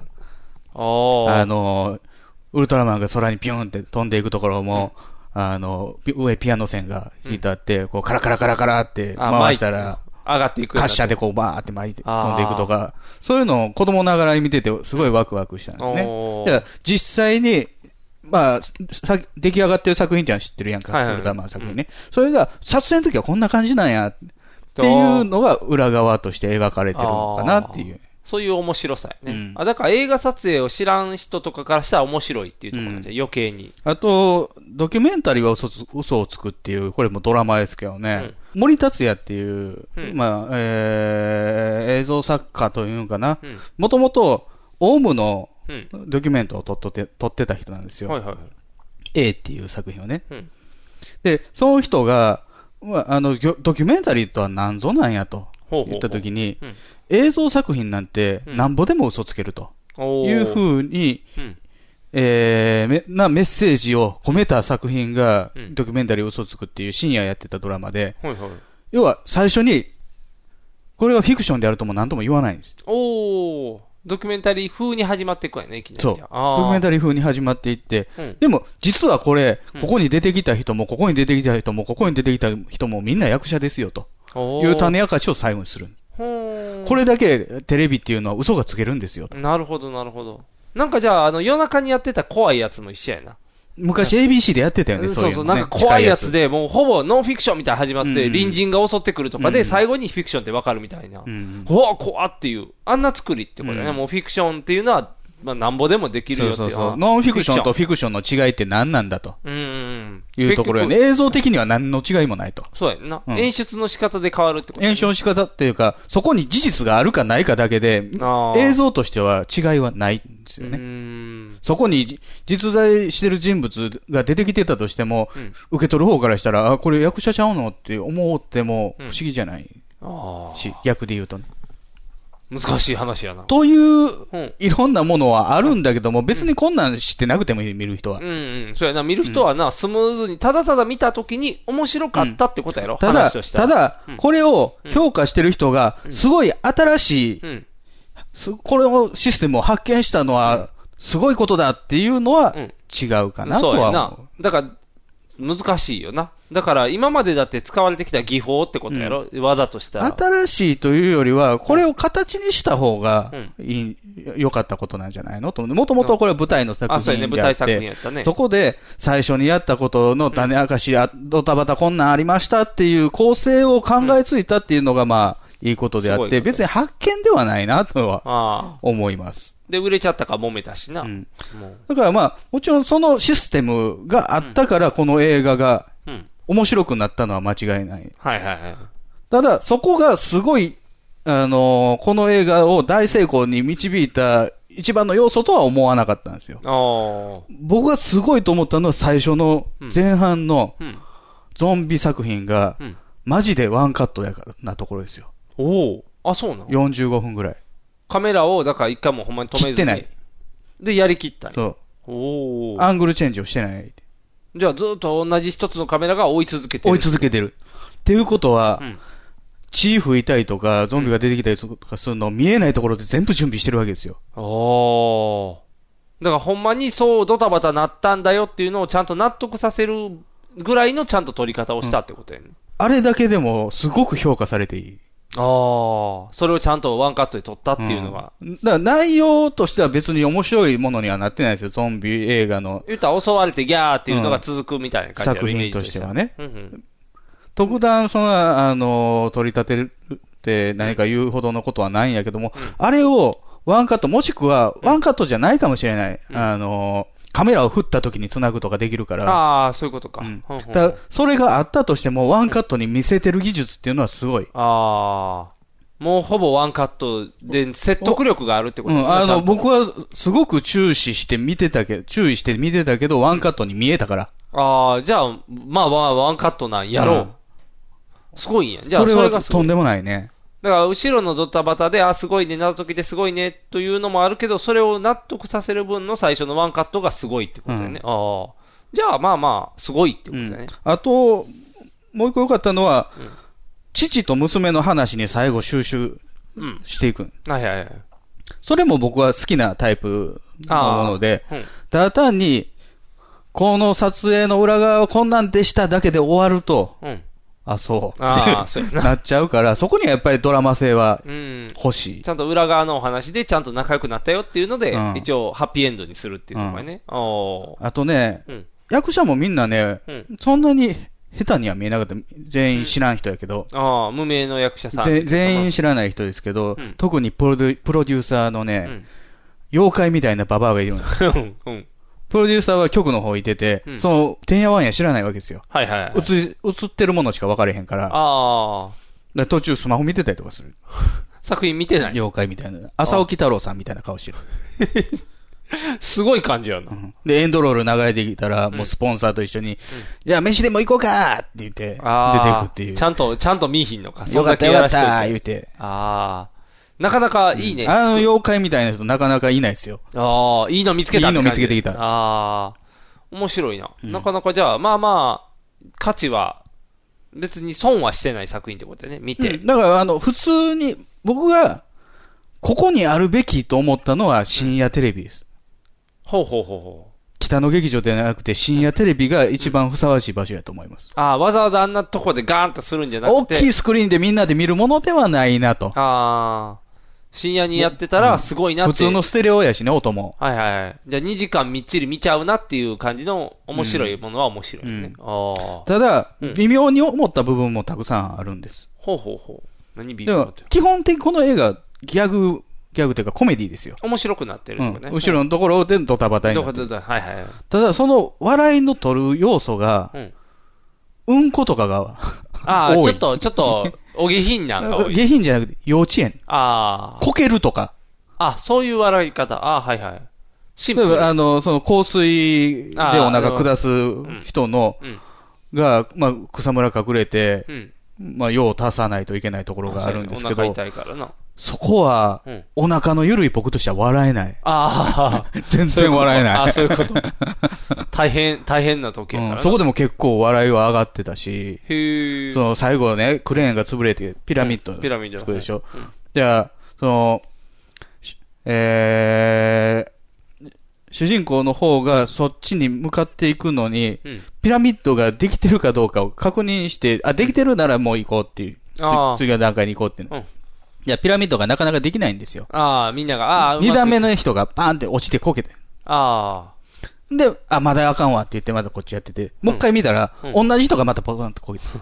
ウルトラマンが空にピューンって飛んでいくところも、上ピアノ線が引いてあって、こう、カラカラカラカラって回したら、 上がっていく。 滑車でこうバーって巻いて飛んでいくとか、そういうのを子供ながらに見ててすごいワクワクしたんですね。いや、実際に、まあ、出来上がってる作品ってのは知ってるやんか、ウルトラマン作品ね。それが、撮影の時はこんな感じなんや、っていうのが裏側として描かれてるのかなっていう。 そういう面白さやね。だから映画撮影を知らん人とかからしたら面白いっていうところなんで、余計に。 あと、ドキュメンタリーは嘘をつくっていう、これもドラマですけどね。森達也っていう、まあ、映像作家というのかな。もともと、オウムのドキュメントを撮ってた人なんですよ。A っていう作品をね。で、その人が、まあ、ドキュメンタリーとは何ぞなんやと言ったときに、映像作品なんてなんぼでも嘘つけるというふうに、メッセージを込めた作品がドキュメンタリー嘘つくっていう深夜やってたドラマで、要は最初にこれはフィクションであるとも何とも言わないんです。 ドキュメンタリー風に始まっていくやね、いきなり。 そう。ドキュメンタリー風に始まっていって、でも実はこれ、ここに出てきた人も、ここに出てきた人も、ここに出てきた人もみんな役者ですよという種明かしを最後にする。これだけテレビっていうのは嘘がつけるんですよと。 なるほど、なるほど。なんかじゃあ、夜中にやってた怖いやつも一緒やな。 昔 ABC でやってたよね、そういうのね。 なんか怖いやつで、もうほぼノンフィクションみたいな始まって、隣人が襲ってくるとかで、最後にフィクションってわかるみたいな。うわ、怖っていう。あんな作りってことだね。もうフィクションっていうのは、まあ、なんぼでもできるよっていう。 ノンフィクションとフィクションの違いって何なんだと。いうところよね。映像的には何の違いもないと。 そうやんな。演出の仕方で変わるってこと。 演出の仕方っていうか、そこに事実があるかないかだけで、映像としては違いはないんですよね。そこに実在してる人物が出てきてたとしても、受け取る方からしたら、あ、これ役者ちゃうのって思っても不思議じゃないし、逆で言うとね。 難しい話やな。 という、いろんなものはあるんだけども、別にこんなん知ってなくてもいい、見る人は。 そうやな、見る人はな、スムーズに、ただただ見たときに面白かったってことやろ、 ただ、これを評価してる人が、すごい新しい、これをシステムを発見したのは、すごいことだっていうのは、違うかなとは思う。 だから、難しいよな。だから今までだって使われてきた技法ってことやろ、技としたら。 新しいというよりは、これを形にした方が良かったことなんじゃないのと。もともとこれは舞台の作品であって、そこで最初にやったことの種明かし、ドタバタこんなんありましたっていう構成を考えついたっていうのがまあいいことであって、別に発見ではないなとは思います。 で、売れちゃったから揉めたしな。 だからまあ、もちろんそのシステムがあったから、この映画が面白くなったのは間違いない。ただ、そこがすごい、この映画を大成功に導いた一番の要素とは思わなかったんですよ。僕がすごいと思ったのは最初の前半のゾンビ作品が、マジでワンカットやからなところですよ。 そうなの ?45 分ぐらい。 カメラを、だから一回もほんまに止めずに。 切ってない。 で、やりきったね。 そう。アングルチェンジをしてない。 じゃあずっと同じ一つのカメラが追い続けてる。 追い続けてる。っていうことは、血吹いたりとか、ゾンビが出てきたりとかするのを見えないところで全部準備してるわけですよ。 だからほんまにそうドタバタなったんだよっていうのをちゃんと納得させるぐらいのちゃんと撮り方をしたってことやね。 あれだけでもすごく評価されていい。 それをちゃんとワンカットで撮ったっていうのが。 だから内容としては別に面白いものにはなってないですよ、ゾンビ映画の。 言ったら襲われてギャーっていうのが続くみたいな感じ作品としてはね。特段、取り立てるって何か言うほどのことはないんやけども、あれをワンカット、もしくは、ワンカットじゃないかもしれない。カメラを振った時に繋ぐとかできるから。 ああ、そういうことか。 だからそれがあったとしても、ワンカットに見せてる技術っていうのはすごい。 ああ。もうほぼワンカットで説得力があるってことですね。僕はすごく注意して見てたけど、ワンカットに見えたから。 ああ、じゃあ、まあワンカットなんやろう。すごいんや。じゃあそれはとんでもないね。 だから、後ろのドタバタで、すごいね、謎解きですごいね、というのもあるけど、それを納得させる分の最初のワンカットがすごいってことだよね。じゃあ、まあまあ、すごいってことだね。 あと、もう一個良かったのは、父と娘の話に最後収集していく。 はいはいはい。 それも僕は好きなタイプのもので、ただ単に、この撮影の裏側はこんなんでしただけで終わると、そうってなっちゃうから、そこにはやっぱりドラマ性は欲しい。 ちゃんと裏側のお話でちゃんと仲良くなったよっていうので、一応ハッピーエンドにするっていうところね。 あとね、役者もみんなね、そんなに下手には見えなかった。全員知らん人やけど。 無名の役者さん。 全員知らない人ですけど、特にプロデューサーのね、妖怪みたいなババアがいるんです。プロデューサーは局の方いてて、その、てんやわんや知らないわけですよ。 はいはい。 映ってるものしか分かれへんから。途中スマホ見てたりとかする。 作品見てない妖怪みたいな。朝起き太郎さんみたいな顔してる。 すごい感じやな。 で、エンドロール流れてきたら、もうスポンサーと一緒に、じゃあ飯でも行こうかって言って、出ていくっていう。 ちゃんと見いひんのか。 よかったよかった言うて。 なかなかいいね。 妖怪みたいな人なかなかいないですよ。 いいの見つけた。 いいの見つけてきた。 面白いな。なかなかじゃあ、まあまあ、価値は、別に損はしてない作品ってことだよね、見て。 だから普通に、僕が、ここにあるべきと思ったのは深夜テレビです。北の劇場ではなくて深夜テレビが一番ふさわしい場所やと思います。 わざわざあんなとこでガーンとするんじゃなくて。 大きいスクリーンでみんなで見るものではないなと。 深夜にやってたらすごいなって。 普通のステレオやしね、音も。 はいはい。じゃあ2時間みっちり見ちゃうなっていう感じの面白いものは面白いね。 ただ、微妙に思った部分もたくさんあるんです。 何微妙って。 基本的にこの映画、ギャグというかコメディですよ。 面白くなってるとかね。 後ろのところでドタバタになってる。ただ、その笑いの取る要素が、うんことかが多い。 ちょっと、お下品なんか多い。 下品じゃなくて、幼稚園。こけるとか。 そういう笑い方。はいはい。 シンプル。その香水でお腹下す人の、が、まあ、草むら隠れて、まあ、用を足さないといけないところがあるんですけど、そこは、お腹の緩い僕としては笑えない。全然笑えない。 そういうこと。大変な時やから。 そこでも結構笑いは上がってたし、その最後ね、クレーンが潰れてピラミッド作るでしょ。じゃあ、主人公の方がそっちに向かっていくのに、ピラミッドができてるかどうかを確認して、できてるならもう行こうっていう。次の段階に行こうっていうの。いや、ピラミッドがなかなかできないんですよ。 みんなが、 二段目の人がバーンって落ちてこけて。で、まだあかんわって言ってまたこっちやってて、もう一回見たら、同じ人がまたポカンとこけて。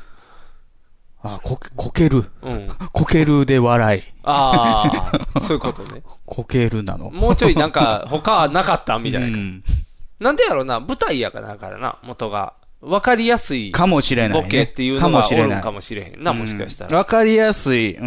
こける。こけるで笑い。 そういうことね。 こけるなの。 もうちょいなんか、他はなかったみたいな。なんでやろな、舞台やからな、元が。わかりやすい。 かもしれない。 ボケっていうのがおるかもしれへんな、もしかしたら。 わかりやすい。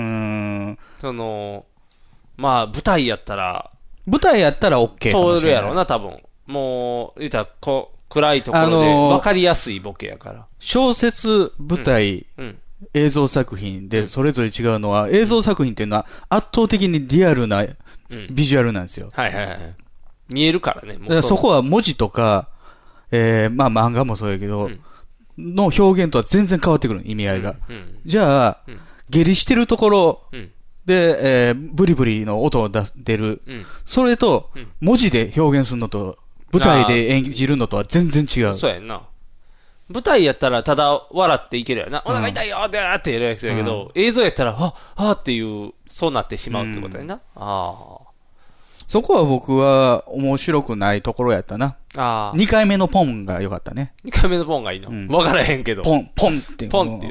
まあ、舞台やったら OK。 通るやろな、多分。もう、言ったら、暗いところでわかりやすいボケやから。 小説、舞台、映像作品でそれぞれ違うのは、映像作品っていうのは圧倒的にリアルなビジュアルなんですよ。 見えるからね。 だからそこは文字とか、まあ漫画もそうやけど、の表現とは全然変わってくる、意味合いが。じゃあ、下痢してるところで、ブリブリの音を出る。それと、文字で表現するのと、舞台で演じるのとは全然違う。 そうやんな。舞台やったらただ笑っていけるやな。お腹痛いよーってやるやつやけど、映像やったら、っていう、そうなってしまうってことやな。 そこは僕は面白くないところやったな。2回目のポンが良かったね。 2回目のポンがいいの。わからへんけど。 ポンっていう。 ポンっていう。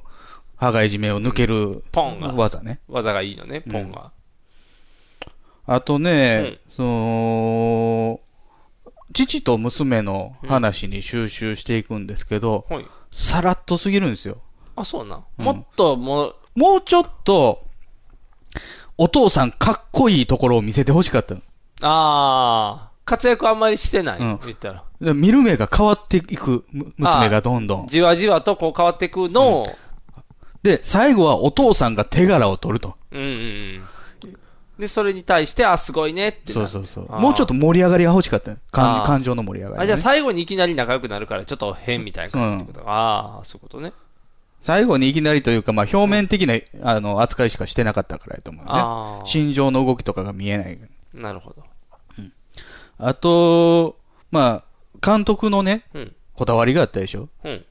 羽がいじめを抜ける技ね。 技がいいのね、ポンが。 あとね、父と娘の話に収集していくんですけど、さらっとすぎるんですよ。 あ、そうな。もっともうちょっと、お父さんかっこいいところを見せてほしかったの。 活躍あんまりしてない。言ったら。 見る目が変わっていく、娘がどんどん。 じわじわとこう変わっていくのを、 で、最後はお父さんが手柄を取ると。 で、それに対して、すごいねって。 そう。もうちょっと盛り上がりが欲しかった。感情の盛り上がり、ね。 じゃあ最後にいきなり仲良くなるから、ちょっと変みたいな感じってこと。そういうことね。 最後にいきなりというか、表面的な、扱いしかしてなかったからやと思うね。心情の動きとかが見えない。 なるほど。 あと、監督のね、こだわりがあったでしょ。俯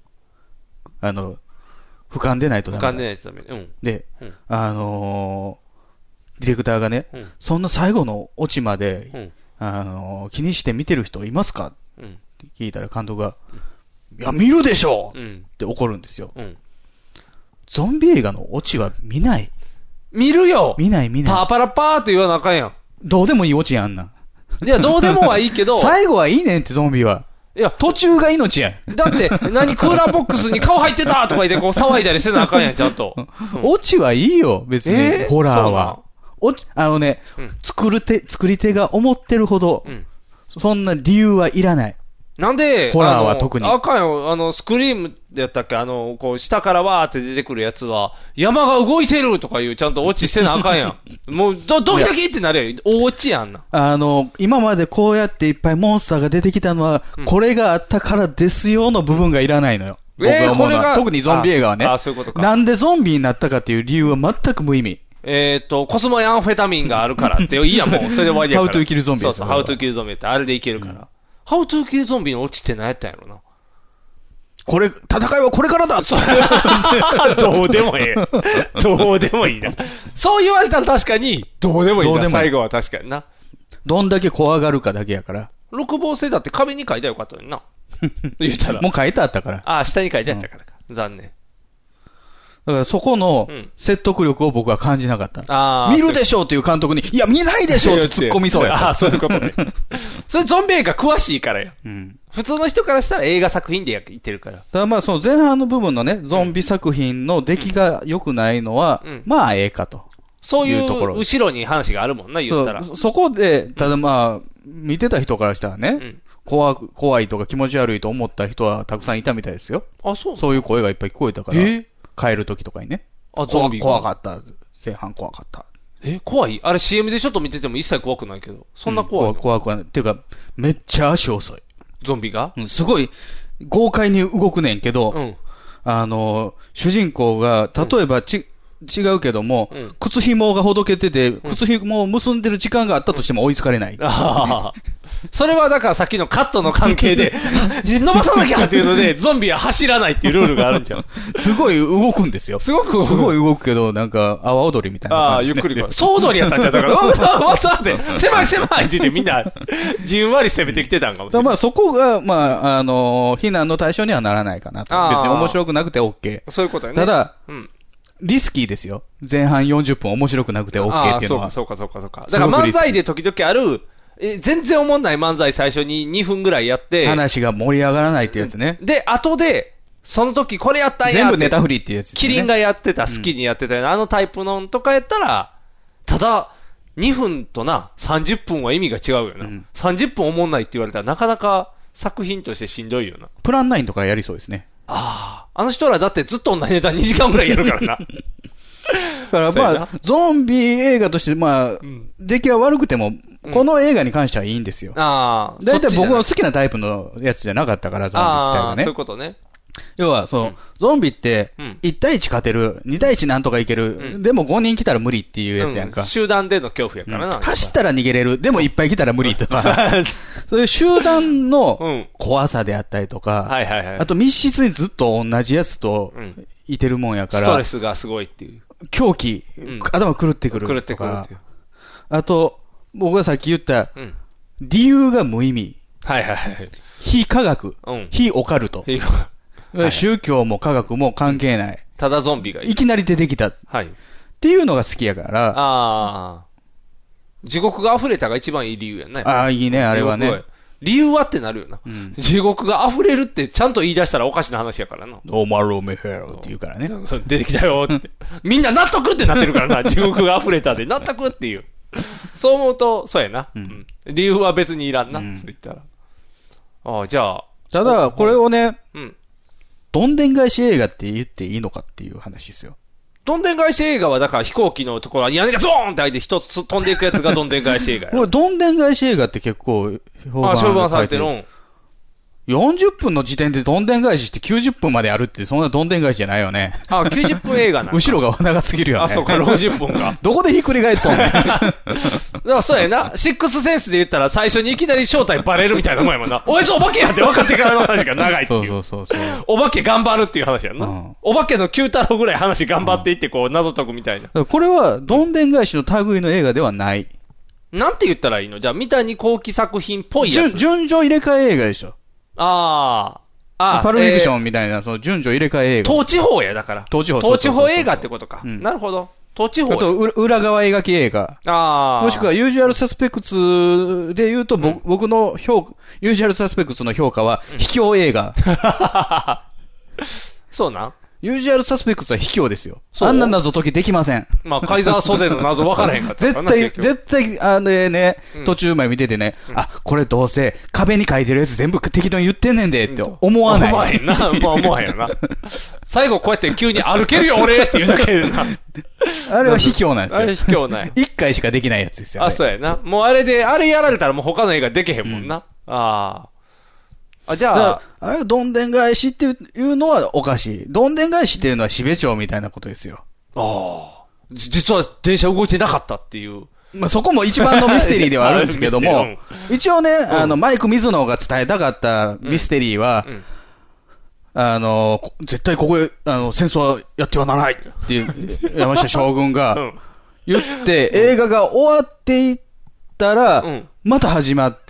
瞰でないとダメ。 俯瞰でないとダメ。 で、ディレクターがね、そんな最後のオチまで、気にして見てる人いますかって聞いたら監督が、いや、見るでしょって怒るんですよ。ゾンビ映画のオチは見ない。 見るよ。 見ない。 パーパラパーって言わなあかんやん。 どうでもいいオチやんな。 いや、どうでもはいいけど。 最後はいいねんって、ゾンビは。いや、途中が命やん。 だって、クーラーボックスに顔入ってたとか言ってこう騒いだりせなあかんやん、ちゃんと。 オチはいいよ、別に。ホラーは。作り手が思ってるほど、そんな理由はいらない。 なんで、 ホラーは特に。 あかんよ。スクリームでやったっけこう、下からわーって出てくるやつは、山が動いてるとかいう、ちゃんとオチせなあかんやん。もう、ドキドキってなるやん。大オチやんな。 今までこうやっていっぱいモンスターが出てきたのは、これがあったからですよの部分がいらないのよ。僕は思うのは。特にゾンビ映画はね。 そういうことか。 なんでゾンビになったかっていう理由は全く無意味。 コスモアンフェタミンがあるからって、いいやもう、それで終わりやから。 How to kill zombie。 そう、How to kill zombie ってあれでいけるから。How to kill zombie のオチって何やったんやろな。 戦いはこれからだどうでもええ。どうでもいいな。そう言われたら確かに、どうでもいいな。最後は確かにな。 どんだけ怖がるかだけやから。 六芒星だって壁に書いてあよかったのにな。言ったら。 もう書いてあったから。 下に書いてあったからか。残念。 だからそこの説得力を僕は感じなかった。見るでしょうっていう監督に、いや見ないでしょうって突っ込みそうやった。 そういうことね。それゾンビ映画詳しいからや。普通の人からしたら映画作品で言ってるから。 だからその前半の部分のね、ゾンビ作品の出来が良くないのは、ええかと。 そういう後ろに話があるもんな、言ったら。 そこで、ただ見てた人からしたらね、怖いとか気持ち悪いと思った人はたくさんいたみたいですよ。そういう声がいっぱい聞こえたから。帰る時とかにね。 ゾンビ怖かった。前半怖かった。 怖い？あれ CM でちょっと見てても一切怖くないけど。そんな怖いの？ 怖くはない。っていうか、めっちゃ足遅い。 ゾンビが？ すごい、豪快に動くねんけど、主人公が、例えば違うけども、靴紐がほどけてて、靴紐を結んでる時間があったとしても追いつかれない。 それはだからさっきのカットの関係で、伸ばさなきゃっていうので、ゾンビは走らないっていうルールがあるんじゃん。 すごい動くんですよ。すごい動くけど、なんか、阿波踊りみたいな感じで。 ゆっくり。総踊りやったんじゃん。だから、狭いって言ってみんな、じんわり攻めてきてたんかもしれない。 そこが、非難の対象にはならないかなと。別に面白くなくて OK。 そういうことやね。 ただ、リスキーですよ。前半40分面白くなくて OK っていうのは。 そうか。だから漫才で時々ある、全然思んない漫才最初に2分ぐらいやって。 話が盛り上がらないってやつね。 で、後で、その時これやったんや。 全部ネタフリっていうやつですね。 キリンがやってた、好きにやってたような、あのタイプのとかやったら、ただ、2分とな、30分は意味が違うよな。30分思んないって言われたらなかなか作品としてしんどいよな。 プラン9とかやりそうですね。 あの人らだってずっと同じネタ2時間ぐらいやるからな。 だからゾンビ映画として、出来は悪くても、この映画に関してはいいんですよ。だいたい僕の好きなタイプのやつじゃなかったから、ゾンビ自体がね。 そういうことね。 要は、ゾンビって、1対1勝てる、2対1なんとかいける、でも5人来たら無理っていうやつやんか。 集団での恐怖やからな。 走ったら逃げれる、でもいっぱい来たら無理とか、そういう集団の怖さであったりとか、あと密室にずっと同じやつといてるもんやから、 ストレスがすごいっていう。 狂気、頭狂ってくるとか、あと、僕がさっき言った、理由が無意味。非科学、非オカルト。宗教も科学も関係ない。 ただゾンビがいきなり出てきた。っていうのが好きやから。 地獄が溢れたが一番いい理由やね。 ああ、いいね、あれはね。 理由はってなるよな。地獄が溢れるってちゃんと言い出したらおかしな話やからな。 オマロメヘロって言うからね。 出てきたよって。みんな納得ってなってるからな。地獄が溢れたで納得っていう。そう思うと、そうやな。理由は別にいらんな。そう言ったら。ああ、じゃあ。 ただ、これをね、どんでん返し映画って言っていいのかっていう話ですよ。 どんでん返し映画はだから飛行機のところに屋根がゾーンって開いて一つ飛んでいくやつがどんでん返し映画や。 どんでん返し映画って結構評判されてる。 40分の時点でどんでん返しして90分まであるってそんなどんでん返しじゃないよね。 あ、90分映画なの。 後ろが長すぎるよね。 あ、そうか、60分か。 どこでひっくり返っとんねん。だからそうやな。シックスセンスで言ったら最初にいきなり正体バレるみたいなもんやもんな。おいつお化けやって分かってからの話が長いっていう。 そう。 お化け頑張るっていう話やんな。お化けの九太郎ぐらい話頑張っていってこう謎解くみたいな。 これはどんでん返しの類の映画ではない。 なんて言ったらいいの？じゃあ三谷幸喜作品っぽいやつ。 順序入れ替え映画でしょ。 ああ。 パルフィクションみたいな、その順序入れ替え映画。 統治法や、だから。 統治法映画ってことか。なるほど。統治法。 あと、裏側描き映画。もしくは、ユージュアルサスペクツで言うと、僕のユージュアルサスペクツの評価は、卑怯映画。 そうなん？ ユージュアルサスペクツは卑怯ですよ。あんな謎解きできません。 まあ、カイザーソゼの謎分からへんかったから絶対、あれね、途中まで見ててね、あ、これどうせ壁に書いてるやつ全部適当に言ってんねんでって思わない。 思わへんな。まあ思わへんよな。最後こうやって急に歩けるよ俺って言うだけでな。 あれは卑怯なんですよ。 あれ卑怯ない。 一回しかできないやつですよ。 あ、そうやな。もうあれやられたらもう他の映画できへんもんな。ああ。じゃあ。 あれ、どんでん返しっていうのはおかしい。どんでん返しっていうのはしべ町みたいなことですよ。 ああ。実は電車動いてなかったっていう。 まあ、そこも一番のミステリーではあるんですけども、一応ね、マイク水野が伝えたかったミステリーは、絶対ここへ、戦争はやってはならないっていう、山下将軍が言って、映画が終わっていったら、また始まって、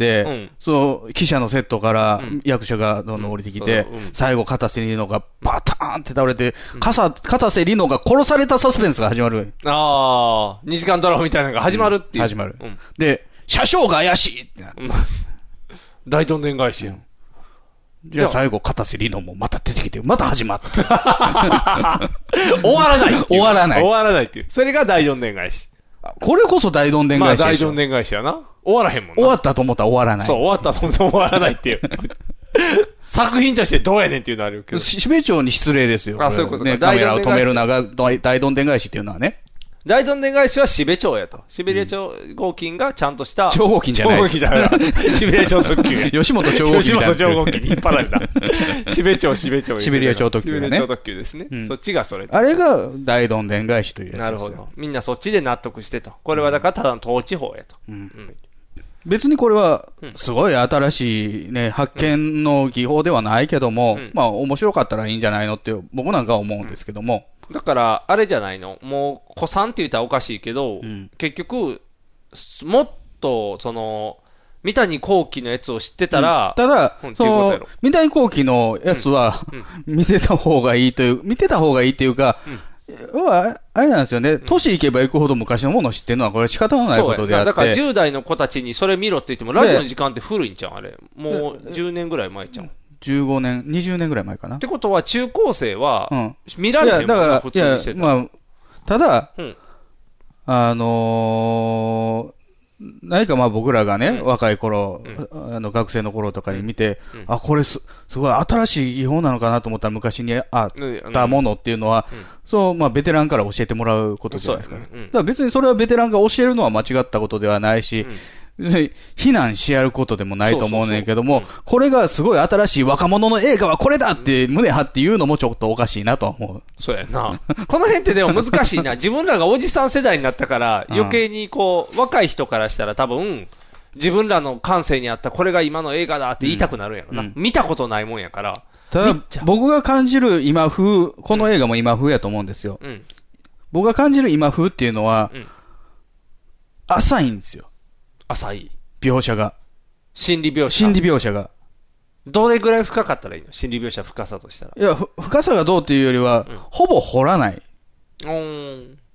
記者のセットから役者がどんどん降りてきて、最後、片瀬里乃がバターンって倒れて、片瀬里乃が殺されたサスペンスが始まる。 ああ、2時間ドラマみたいなのが始まるっていう。 始まる。で、車掌が怪しいってなる。 大どんでん返しやん。 じゃあ最後、片瀬里乃もまた出てきて、また始まって。終わらない。 終わらない。 終わらないっていう。それが大どんでん返し。 これこそ大どんでん返し。 まあ大どんでん返しやな。終わらへんもんな。 終わったと思ったら終わらない。 そう、終わったと思ったら終わらないっていう。作品としてどうやねんっていうのあるけど。 しべ町に失礼ですよ。 あ、そういうことか。 ね、カメラを止めるなが大どんでん返しっていうのはね。 大どんでん返しはしべ町やと。しべり町合金がちゃんとした。 超合金じゃないです。 超合金じゃない。しべり町特急や。 吉本超合金。 吉本超合金に引っ張られた。しべ町。 しべり超特急ね。 しべり町特急ですね。そっちがそれ。 あれが大どんでん返しというやつですよ。 なるほど。みんなそっちで納得してと。これはだからただの統治法やと。 別にこれは、すごい新しいね、発見の技法ではないけども、まあ面白かったらいいんじゃないのって僕なんかは思うんですけども。 だから、あれじゃないの。もう、子さんって言ったらおかしいけど、結局、もっと、三谷幸喜のやつを知ってたら、 ただ、三谷幸喜のやつは、見てた方がいいっていうか、あれなんですよね。年いけばいくほど昔のものを知ってるのはこれ仕方のないことであって。 だから10代の子たちにそれ見ろって言っても、ラジオの時間って古いんちゃうあれ。もう10年ぐらい前ちゃう。 15年、20年ぐらい前かな。 ってことは中高生は、見られへんもんな、普通にしてた。 まあ、ただ、何かまあ僕らがね、若い頃、学生の頃とかに見て、あ、これすごい新しい技法なのかなと思ったら昔にあったものっていうのは、そう、まあベテランから教えてもらうことじゃないですか。だから別にそれはベテランが教えるのは間違ったことではないし、非難し合うことでもないと思うねんけども、これがすごい新しい若者の映画はこれだって胸張って言うのもちょっとおかしいなと思う。 そうやな。この辺ってでも難しいな。自分らがおじさん世代になったから余計にこう、若い人からしたら多分、自分らの感性にあったこれが今の映画だって言いたくなるんやろな。見たことないもんやから。 ただ、僕が感じる今風、この映画も今風やと思うんですよ。僕が感じる今風っていうのは、浅いんですよ。 浅い描写が。 心理描写。 心理描写が。 どれぐらい深かったらいいの心理描写深さとしたら。 いや、深さがどうっていうよりは、ほぼ掘らない。っ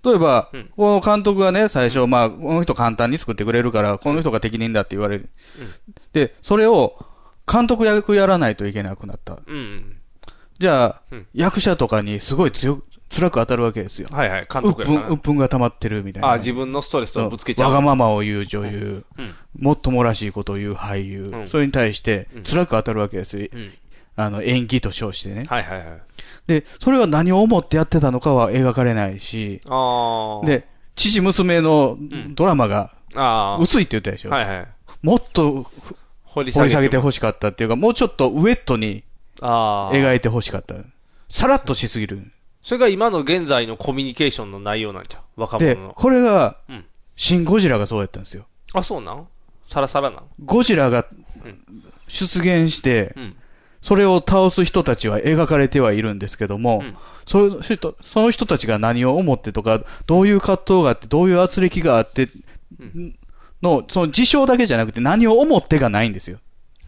例えば、この監督がね、最初、まあ、この人簡単に作ってくれるから、この人が適任だって言われる。で、それを、監督役やらないといけなくなった。じゃあ、役者とかにすごい辛く当たるわけですよ。 はいはい、監督やから。 鬱憤が溜まってるみたいな。 自分のストレスをぶつけちゃう。 わがままを言う女優、もっともらしいことを言う俳優、それに対して辛く当たるわけですよ。演技と称してね。 はいはいはい。 で、それは何を思ってやってたのかは描かれないし、で、父娘のドラマが薄いって言ったでしょ。はいはい。もっと掘り下げてほしかったっていうか、もうちょっとウェットに描いてほしかった。さらっとしすぎる。 それが今の現在のコミュニケーションの内容なんじゃん。若者の。 で、これが、シン・ゴジラがそうやったんですよ。 あ、そうなんサラサラなんゴジラが出現して、それを倒す人たちは描かれてはいるんですけども、その人たちが何を思ってとか、どういう葛藤があって、どういう圧力があって、その事象だけじゃなくて何を思ってがないんですよ。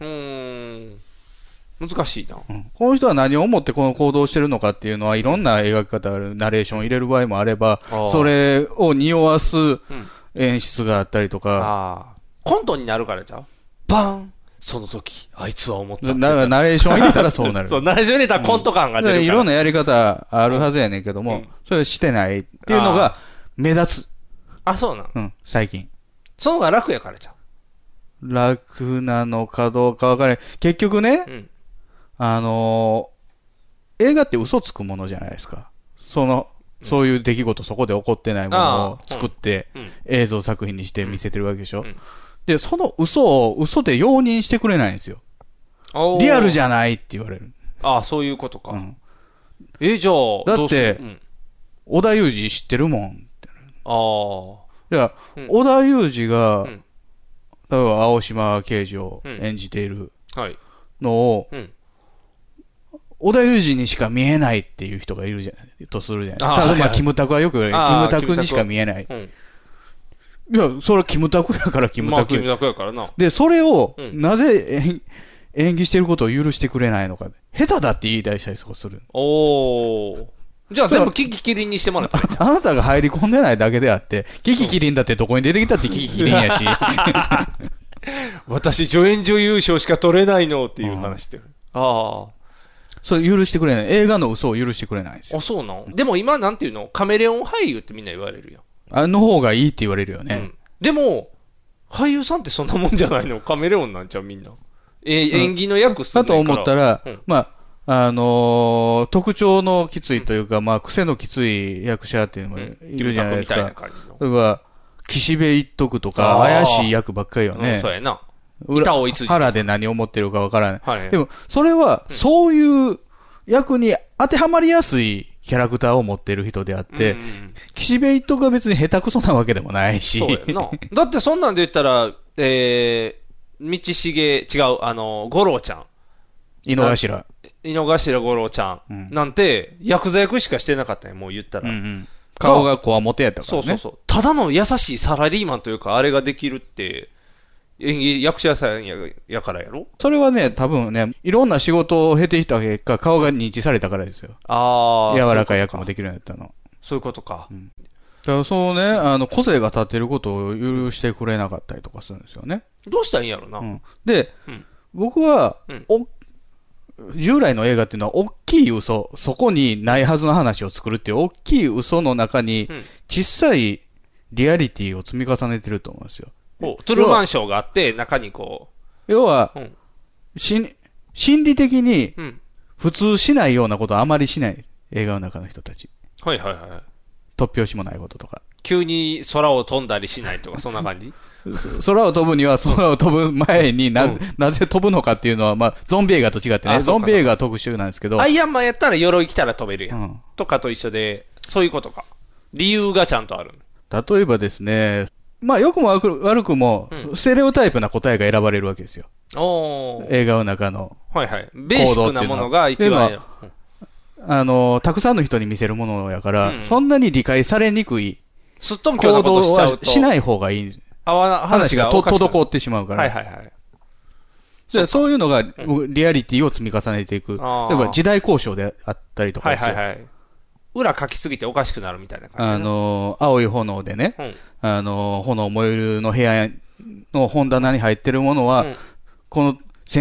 難しいな、 この人は何を思ってこの行動をしてるのかっていうのはいろんな描き方ある、ナレーションを入れる場合もあれば、それを匂わす演出があったりとか。 コントになるからじゃんバンその時、あいつは思った。だからナレーション入れたらそうなる。 そう、ナレーション入れたらコント感が出るから。 いろんなやり方あるはずやねんけども、それをしてないっていうのが目立つ。 あ、そうなの最近。 その方が楽やからじゃん。 楽なのかどうかわからない。結局ね、映画って嘘つくものじゃないですか。そういう出来事そこで起こってないものを作って、映像作品にして見せてるわけでしょ。で、その嘘を嘘で容認してくれないんですよ。リアルじゃないって言われる。 ああ、そういうことか。じゃあ、 だって、織田裕二知ってるもん。いや、織田裕二が、例えば青島刑事を演じているのを、織田裕二にしか見えないっていう人がいるじゃない、とするじゃないですか。ただまあ、キムタクはよく、キムタクにしか見えない。いや、それはキムタクやからキムタク。 キムタクやからな。 で、それを、なぜ演技してることを許してくれないのか。下手だって言い出したりする。 じゃあ全部キキキリンにしてもらったらいいじゃん。 あなたが入り込んでないだけであって、キキキリンだってどこに出てきたってキキキリンやし。 私、助演女優賞しか取れないのっていう話してる。 それ許してくれない。映画の嘘を許してくれないんですよ。 あ、そうなの？でも今なんていうの？カメレオン俳優ってみんな言われるよ。 あの方がいいって言われるよね。 でも、俳優さんってそんなもんじゃないの？カメレオンなんちゃうみんな。演技の役するだと思ったら、まあ、特徴のきついというか、まあ、癖のきつい役者っていうのもいるじゃないですか。例えば、岸辺一徳とか、怪しい役ばっかりよね。 そうやな。 腹で何を思ってるかわからない。でも、それは、そういう役に当てはまりやすいキャラクターを持ってる人であって、岸辺一徳は別に下手くそなわけでもないし。 そうやな。だってそんなんで言ったら、道重、違う、五郎ちゃん。 井の頭五郎ちゃん。なんて、ヤクザ役しかしてなかったね、もう言ったら。 顔がこわもてやったからね。 そう。ただの優しいサラリーマンというか、あれができるって、演技、役者さんやからやろ？ それはね、多分ね、いろんな仕事を経てきた結果、顔が認知されたからですよ。柔らかい役もできるようになったの。 そういうことか。 だからそうね、個性が立ってることを許してくれなかったりとかするんですよね。 どうしたらいいんやろな。 で、僕は、従来の映画っていうのは大きい嘘、そこにないはずの話を作るっていう大きい嘘の中に、小さいリアリティを積み重ねてると思うんですよ。 トゥルーマンショーがあって、中にこう。要は、心理的に、普通しないようなことはあまりしない。映画の中の人たち。 はい。 突拍子もないこととか。 急に空を飛んだりしないとか、そんな感じ空を飛ぶには空を飛ぶ前になぜ飛ぶのかっていうのは、まあ、ゾンビ映画と違ってね、ゾンビ映画は特殊なんですけど。 アイアンマンやったら鎧着たら飛べるやん。とかと一緒で、そういうことか。理由がちゃんとある。 例えばですね、まあ、良くも悪くも、ステレオタイプな答えが選ばれるわけですよ。映画の中の。 ベーシックなものが一番たくさんの人に見せるものやから、そんなに理解されにくい行動はしない方がいい。話が滞ってしまうから。じゃあそういうのがリアリティを積み重ねていく。例えば時代交渉であったりとかですよ。 裏書きすぎておかしくなるみたいな感じ。 青い炎でね、炎燃えるの部屋の本棚に入ってるものは、この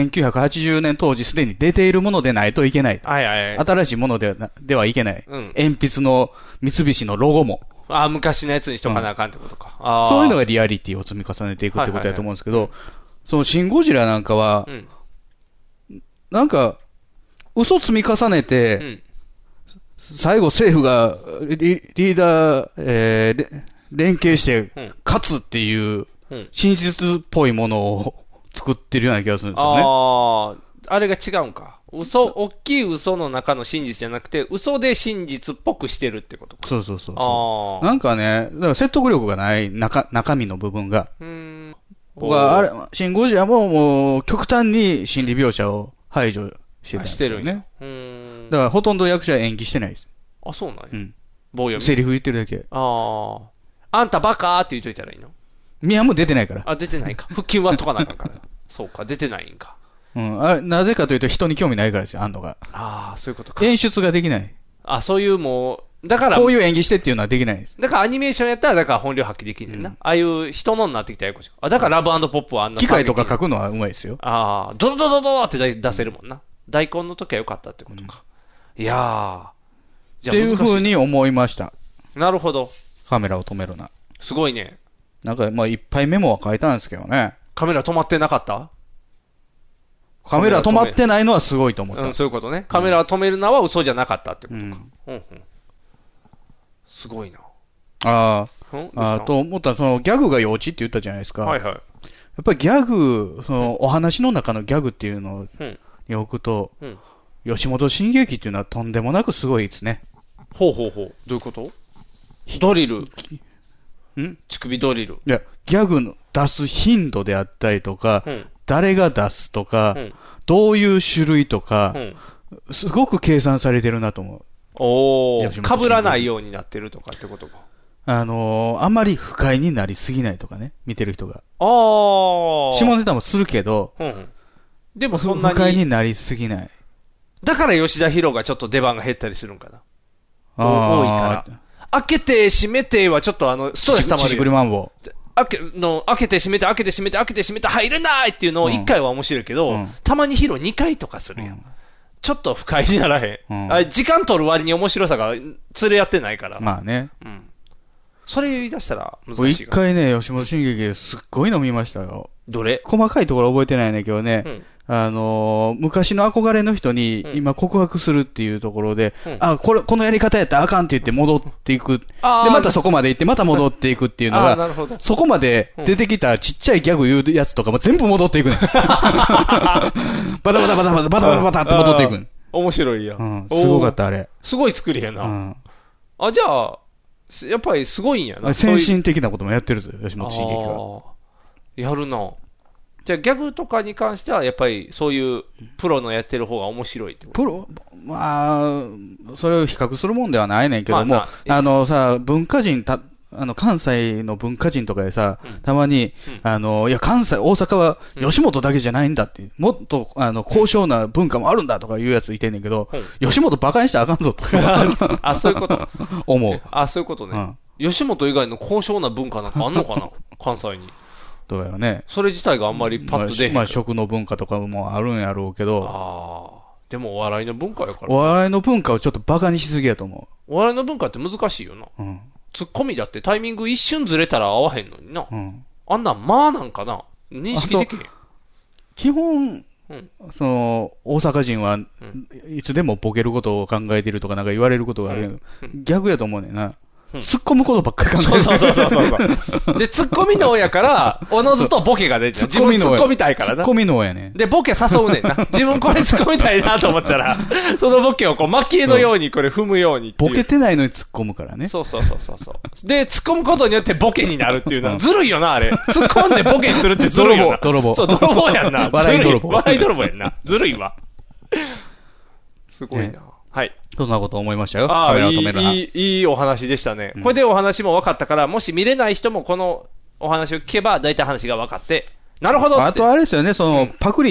1980年当時すでに出ているものでないといけない。新しいものではいけない。鉛筆の三菱のロゴも。 昔のやつにしとかなあかんってことか。 そういうのがリアリティを積み重ねていくってことだと思うんですけど、そのシン・ゴジラなんかは、なんか、嘘積み重ねて、最後政府がリーダー、連携して勝つっていう真実っぽいものを作ってるような気がするんですよね。 あれが違うんか。大きい嘘の中の真実じゃなくて、嘘で真実っぽくしてるってことか。 そう。なんかね、だから説得力がない中身の部分が。シン・ゴジラも極端に心理描写を排除してたんですよね。だからほとんど役者は演技してないです。 そうなんや。棒読み。 セリフ言ってるだけ。 あんたバカーって言っといたらいいの？ 宮も出てないから。 出てないか。腹筋はとかなあかんから。そうか、出てないんか。 なぜかというと人に興味ないからですよ、あんのが。 そういうことか。 演出ができない。 そういうだから。 こういう演技してっていうのはできないです。 だからアニメーションやったら、だから本領発揮できんねんな。ああいう人のになってきたらややこしい。だからラブ&ポップはあんな。 機械とか書くのはうまいですよ。 ドドドドドって出せるもんな。大根の時は良かったってことか。いやー。っていう風に思いました。 なるほど。 カメラを止めるな。 すごいね。 なんか、いっぱいメモは書いたんですけどね。 カメラ止まってなかった？ カメラ止まってないのはすごいと思った。 そういうことね。カメラを止めるのは嘘じゃなかったってことか。すごいな。 と思ったら、そのギャグが幼稚って言ったじゃないですか。やっぱりギャグ、お話の中のギャグっていうのに置くと、吉本新喜劇っていうのはとんでもなくすごいですね。 どういうこと？ドリル。乳首ドリル。 いや、ギャグの出す頻度であったりとか、誰が出すとか、どういう種類とか、すごく計算されてるなと思う。 被らないようになってるとかってことか。 あんまり不快になりすぎないとかね、見てる人が。下ネタもするけど、 でもそんなに。 不快になりすぎない。 だから吉田博がちょっと出番が減ったりするんかな。多いから。開けて閉めてはちょっとストレス溜まるよ。 チクリマンボウ。 開けて閉めて開けて閉めて開けて閉めて入れないっていうのを1回は面白いけど、たまにヒロ2回とかするやん。ちょっと不快にならへん。時間取る割に面白さが連れ合ってないから。 まあね。 それ言い出したら難しい。 一回ね、吉本新喜劇すっごいの見ましたよ。 どれ？ 細かいところ覚えてないんだけどね。昔の憧れの人に今告白するっていうところで、このやり方やったらあかんって言って戻っていく。で、またそこまで行ってまた戻っていくっていうのが、そこまで出てきたちっちゃいギャグ言うやつとかも全部戻っていくね。バタバタバタバタバタバタバタって戻っていく。 面白いや。 すごかった、あれ。 すごい作りやな。じゃあ、やっぱりすごいんやな。 先進的なこともやってるぞ、吉本新劇は。 やるな。じゃあギャグとかに関しては、やっぱりそういうプロのやってる方が面白いってこと？ プロ、それを比較するもんではないねんけども、さ、文化人関西の文化人とかでさ、たまに、いや、関西、大阪は吉本だけじゃないんだって、もっと、高尚な文化もあるんだとかいうやついてんねんけど、吉本馬鹿にしたらあかんぞと。 そういうこと。 思う。 そういうことね。吉本以外の高尚な文化なんかあんのかな関西に。 どうやろね。 それ自体があんまりパッと出へん。 食の文化とかもあるんやろうけど。でもお笑いの文化やから。 お笑いの文化をちょっと馬鹿にしすぎやと思う。お笑いの文化って難しいよな。ツッコミだってタイミング一瞬ずれたら合わへんのにな。あんなんなんかな認識できへん。 基本、大阪人はいつでもボケることを考えてるとかなんか言われることがある。逆やと思うねんな。突っ込むことばっかり考えてる。 そう。で、突っ込み脳やから、おのずとボケが出てる。自分突っ込みたいからな。 突っ込み脳やね。 で、ボケ誘うねんな。自分これ突っ込みたいなと思ったら、そのボケを蒔絵のようにこれ踏むように。 ボケてないのに突っ込むからね。 そう。で、突っ込むことによってボケになるっていうのは、ずるいよな、あれ。突っ込んでボケにするってずるいよな。 泥棒。 そう、泥棒やんな。 笑い泥棒。 笑い泥棒やんな。ずるいわ。すごいな。はい。 そんなこと思いましたよ。カメラを止めるな。 いいお話でしたね。これでお話も分かったから、もし見れない人もこのお話を聞けば、大体話が分かって、なるほどって。 あとあれですよね、パクリ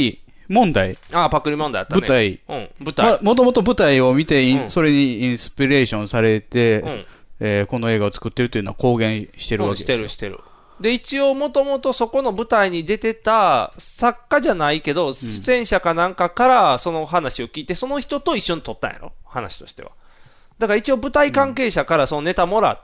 問題。 ああ、パクリ問題あったね。 舞台。 うん、舞台。 もともと舞台を見て、それにインスピレーションされて、この映画を作ってるというのは公言してるわけですよ。 してる。で、一応もともとそこの舞台に出てた作家じゃないけど、出演者かなんかからその話を聞いて、その人と一緒に撮ったんやろ話としては。だから一応舞台関係者からそのネタもらって、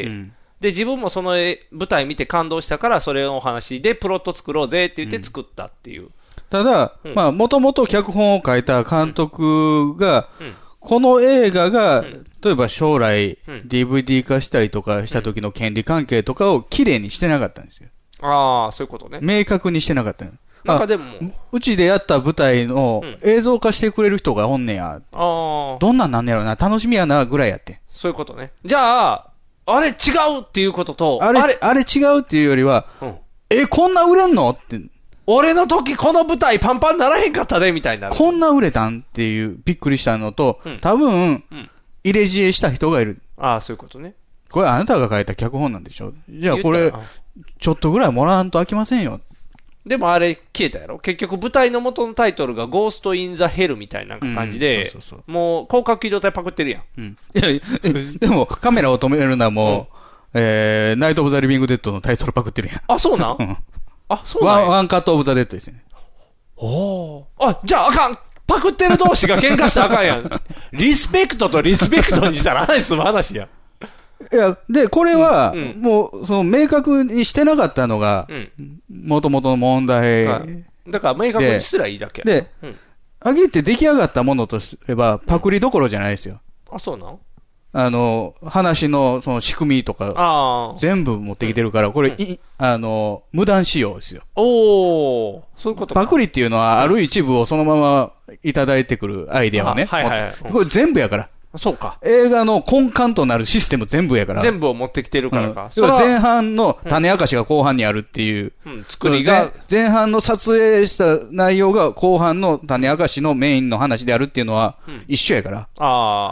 で、自分もその舞台見て感動したから、それのお話でプロット作ろうぜって言って作ったっていう。 ただ、まあ、もともと脚本を書いた監督が、この映画が、例えば将来、DVD 化したりとかした時の権利関係とかをきれいにしてなかったんですよ。 ああ、そういうことね。 明確にしてなかったなんかでも、 うちでやった舞台の映像化してくれる人がおんねや。どんなんなんねやろな、楽しみやな、ぐらいやって。 そういうことね。じゃあ、あれ違うっていうことと、 あれ違うっていうよりは、こんな売れんのって。 俺の時この舞台パンパンならへんかったで、みたいな。 こんな売れたんっていうびっくりしたのと、多分、入れ知恵した人がいる。 ああ、そういうことね。 これあなたが書いた脚本なんでしょ。じゃあこれ、ちょっとぐらいもらわんと飽きませんよ。 でもあれ消えたやろ結局舞台の元のタイトルがゴースト・イン・ザ・ヘルみたいな感じで、もう広角機動隊パクってるやん。 いや、でもカメラを止めるのはもう、ナイト・オブ・ザ・リビング・デッドのタイトルパクってるやん。 あ、そうなんあ、そうなんワンカット・オブ・ザ・デッドですね。 あ、じゃああかんパクってる同士が喧嘩したらあかんやん。リスペクトとリスペクトにしたら話すむ話や。 いや、で、これは、もう、その、明確にしてなかったのが、もともとの問題、 だから、明確にすらいいだけ。 で、あげて出来上がったものとすれば、パクリどころじゃないですよ。 あ、そうなん話の、その、仕組みとか、全部持ってきてるから、これ、無断使用ですよ。 そういうことか。 パクリっていうのは、ある一部をそのままいただいてくるアイデアをね。これ全部やから。 そうか。 映画の根幹となるシステム全部やから。 全部を持ってきてるからか。 前半の種明かしが後半にあるっていう。 作りが。 前半の撮影した内容が後半の種明かしのメインの話であるっていうのは一緒やから。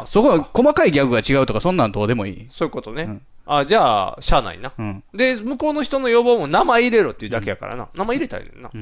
そこは細かいギャグが違うとかそんなんどうでもいい。 そういうことね。じゃあ、しゃあないな。で、向こうの人の要望も名前入れろっていうだけやからな。名前入れたらいいな。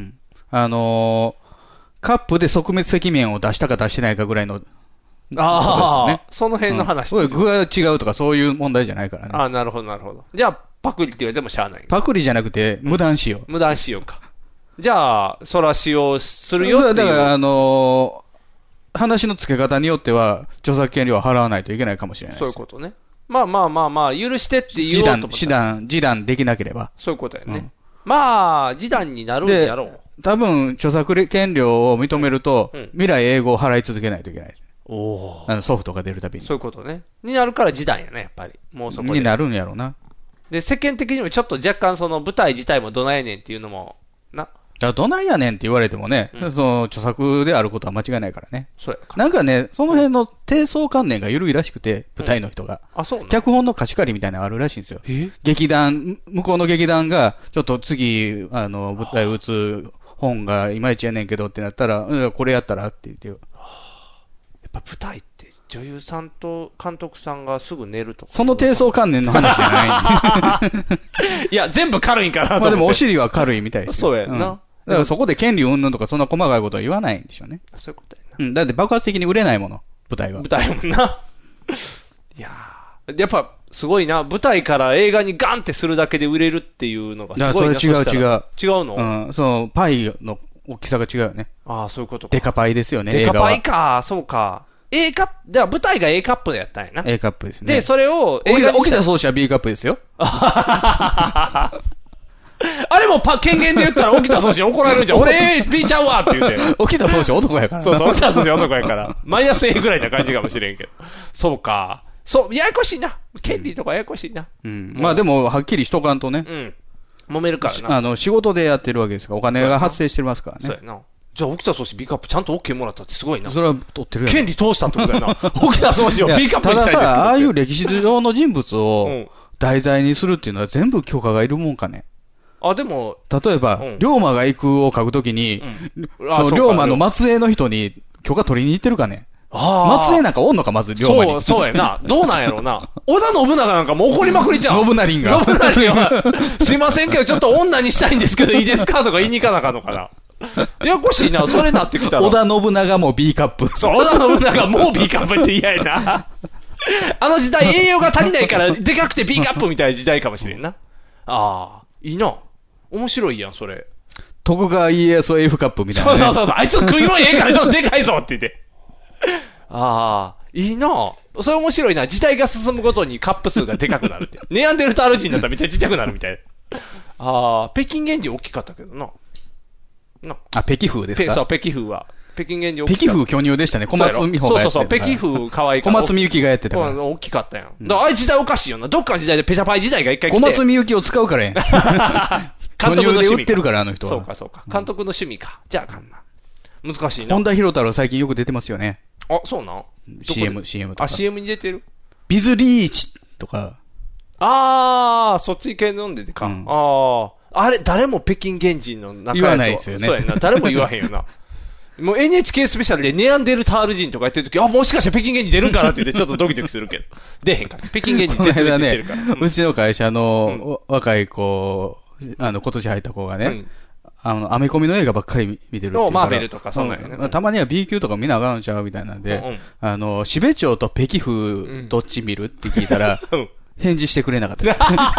カップで側滅赤面を出したか出してないかぐらいの。 その辺の話。 具が違うとかそういう問題じゃないからね。 なるほど、なるほど。じゃあ、パクリって言われてもしゃあない。 パクリじゃなくて、無断使用。 無断使用か。じゃあ、そら使用するよっていう。 だから、話の付け方によっては、著作権料は払わないといけないかもしれない。 そういうことね。まあ、許してって言おうと思った。 示談できなければ。 そういうことやね。まあ、示談になるんやろう。 多分、著作権料を認めると、未来英語を払い続けないといけないです。ソフトが出るたびに。 そういうことね。になるから示談やね、やっぱり。もうそこで。 になるんやろうな。 で、世間的にもちょっと若干その舞台自体もどないやねんっていうのも、 どないやねんって言われてもね、その著作であることは間違いないからね。 そうやか。 なんかね、その辺の低層観念が緩いらしくて、舞台の人が。脚本の貸し借りみたいなのがあるらしいんですよ。劇団、向こうの劇団が、ちょっと次、舞台打つ本がいまいちやねんけどってなったら、これやったらって言ってよ。 やっぱ舞台って女優さんと監督さんがすぐ寝るとか。 その低層観念の話じゃないんで。 いや、全部軽いんかなと思って。 まあでもお尻は軽いみたいです。 そうやんな。 だからそこで権利云々とかそんな細かいことは言わないんでしょうね。 そういうことやな。 だって爆発的に売れないもの、舞台は。 舞台もな。いやー、やっぱすごいな。舞台から映画にガンってするだけで売れるっていうのがすごいな。 それ違う。違うの？ そのパイの大きさが違うよね。 そういうことか。 デカパイですよね。 デカパイか、そうか。A カップ、では舞台が A カップやったんやな。 A カップですね。 で、それを映画に沖田総司は B カップですよ。 あれも権限で言ったら沖田総司に怒られるんじゃん。俺 B ちゃうわって言うて。 沖田総司男やから。 そう、沖田総司男やから。マイナス A ぐらいな感じかもしれんけど。そうか。そう、ややこしいな。権利とかややこしいな。 まあでも、はっきりしとかんとね。 揉めるからな。仕事でやってるわけですから、お金が発生してますからね。 そうやな。じゃあ、沖田総司 B カップちゃんと OK もらったってすごいな。 それは取ってるやん。 権利通したってことやな。沖田総司を B カップにしたいですけど。 たださ、ああいう歴史上の人物を題材にするっていうのは全部許可がいるもんかね。 でも。 例えば、龍馬が行くを書くときに、その龍馬の末裔の人に許可取りに行ってるかね。末裔なんかおんのか、まず龍馬に。 そうやな。どうなんやろうな。織田信長なんかもう怒りまくりちゃう。 信成が。 信成は、すいませんけど、ちょっと女にしたいんですけど、いいですかとか言いに行かなあかんのかな。 ややこしいな、それなってきたら。 織田信長も B カップ。 そう、織田信長もう B カップって嫌やな。あの時代栄養が足りないから、でかくて B カップみたいな時代かもしれんな。ああ、いいな。面白いやん、それ。 徳川家康 F カップみたいな、ね。 そうそうそう。あいつ食い物ええからちょっとでかいぞって言って。ああ、いいな。それ面白いな。時代が進むごとにカップ数がでかくなるって。ネアンデルタール人だったらめっちゃちっちゃくなるみたいな。ああ、北京原人大きかったけどな。 あ、北京風ですか？ そう、北京風は。北京原人大きかった。北京風巨乳でしたね。小松美穂がやってた。 そう、北京風可愛いから。 小松美幸がやってたから。 大きかったやん。だからあれ時代おかしいよな。どっかの時代でペチャパイ時代が一回来て。 小松美幸を使うからやん。巨乳で売ってるから、あの人は。 そうか、そうか。監督の趣味か。じゃああかんな。難しいな。 本田博太郎最近よく出てますよね。 あ、そうなん ?CM とか。 あ、CM に出てるビズリーチとか。 あー、そっち系飲んでてか。あれ、誰も北京原人の中やと言わないですよね。 そうやな。誰も言わへんよな。もう NHK スペシャルでネアンデルタール人とかやってるとき、あ、もしかして北京原人出るんかなって言ってちょっとドキドキするけど。出へんから。北京原人絶滅してるから。 うちの会社の若い子、今年入った子がね、アメコミの映画ばっかり見てるっていうから。 マーベルとかそんなんやね。 たまには B 級とか見なあかんちゃうみたいなんで、標町と北京風どっち見るって聞いたら、返事してくれなかったです。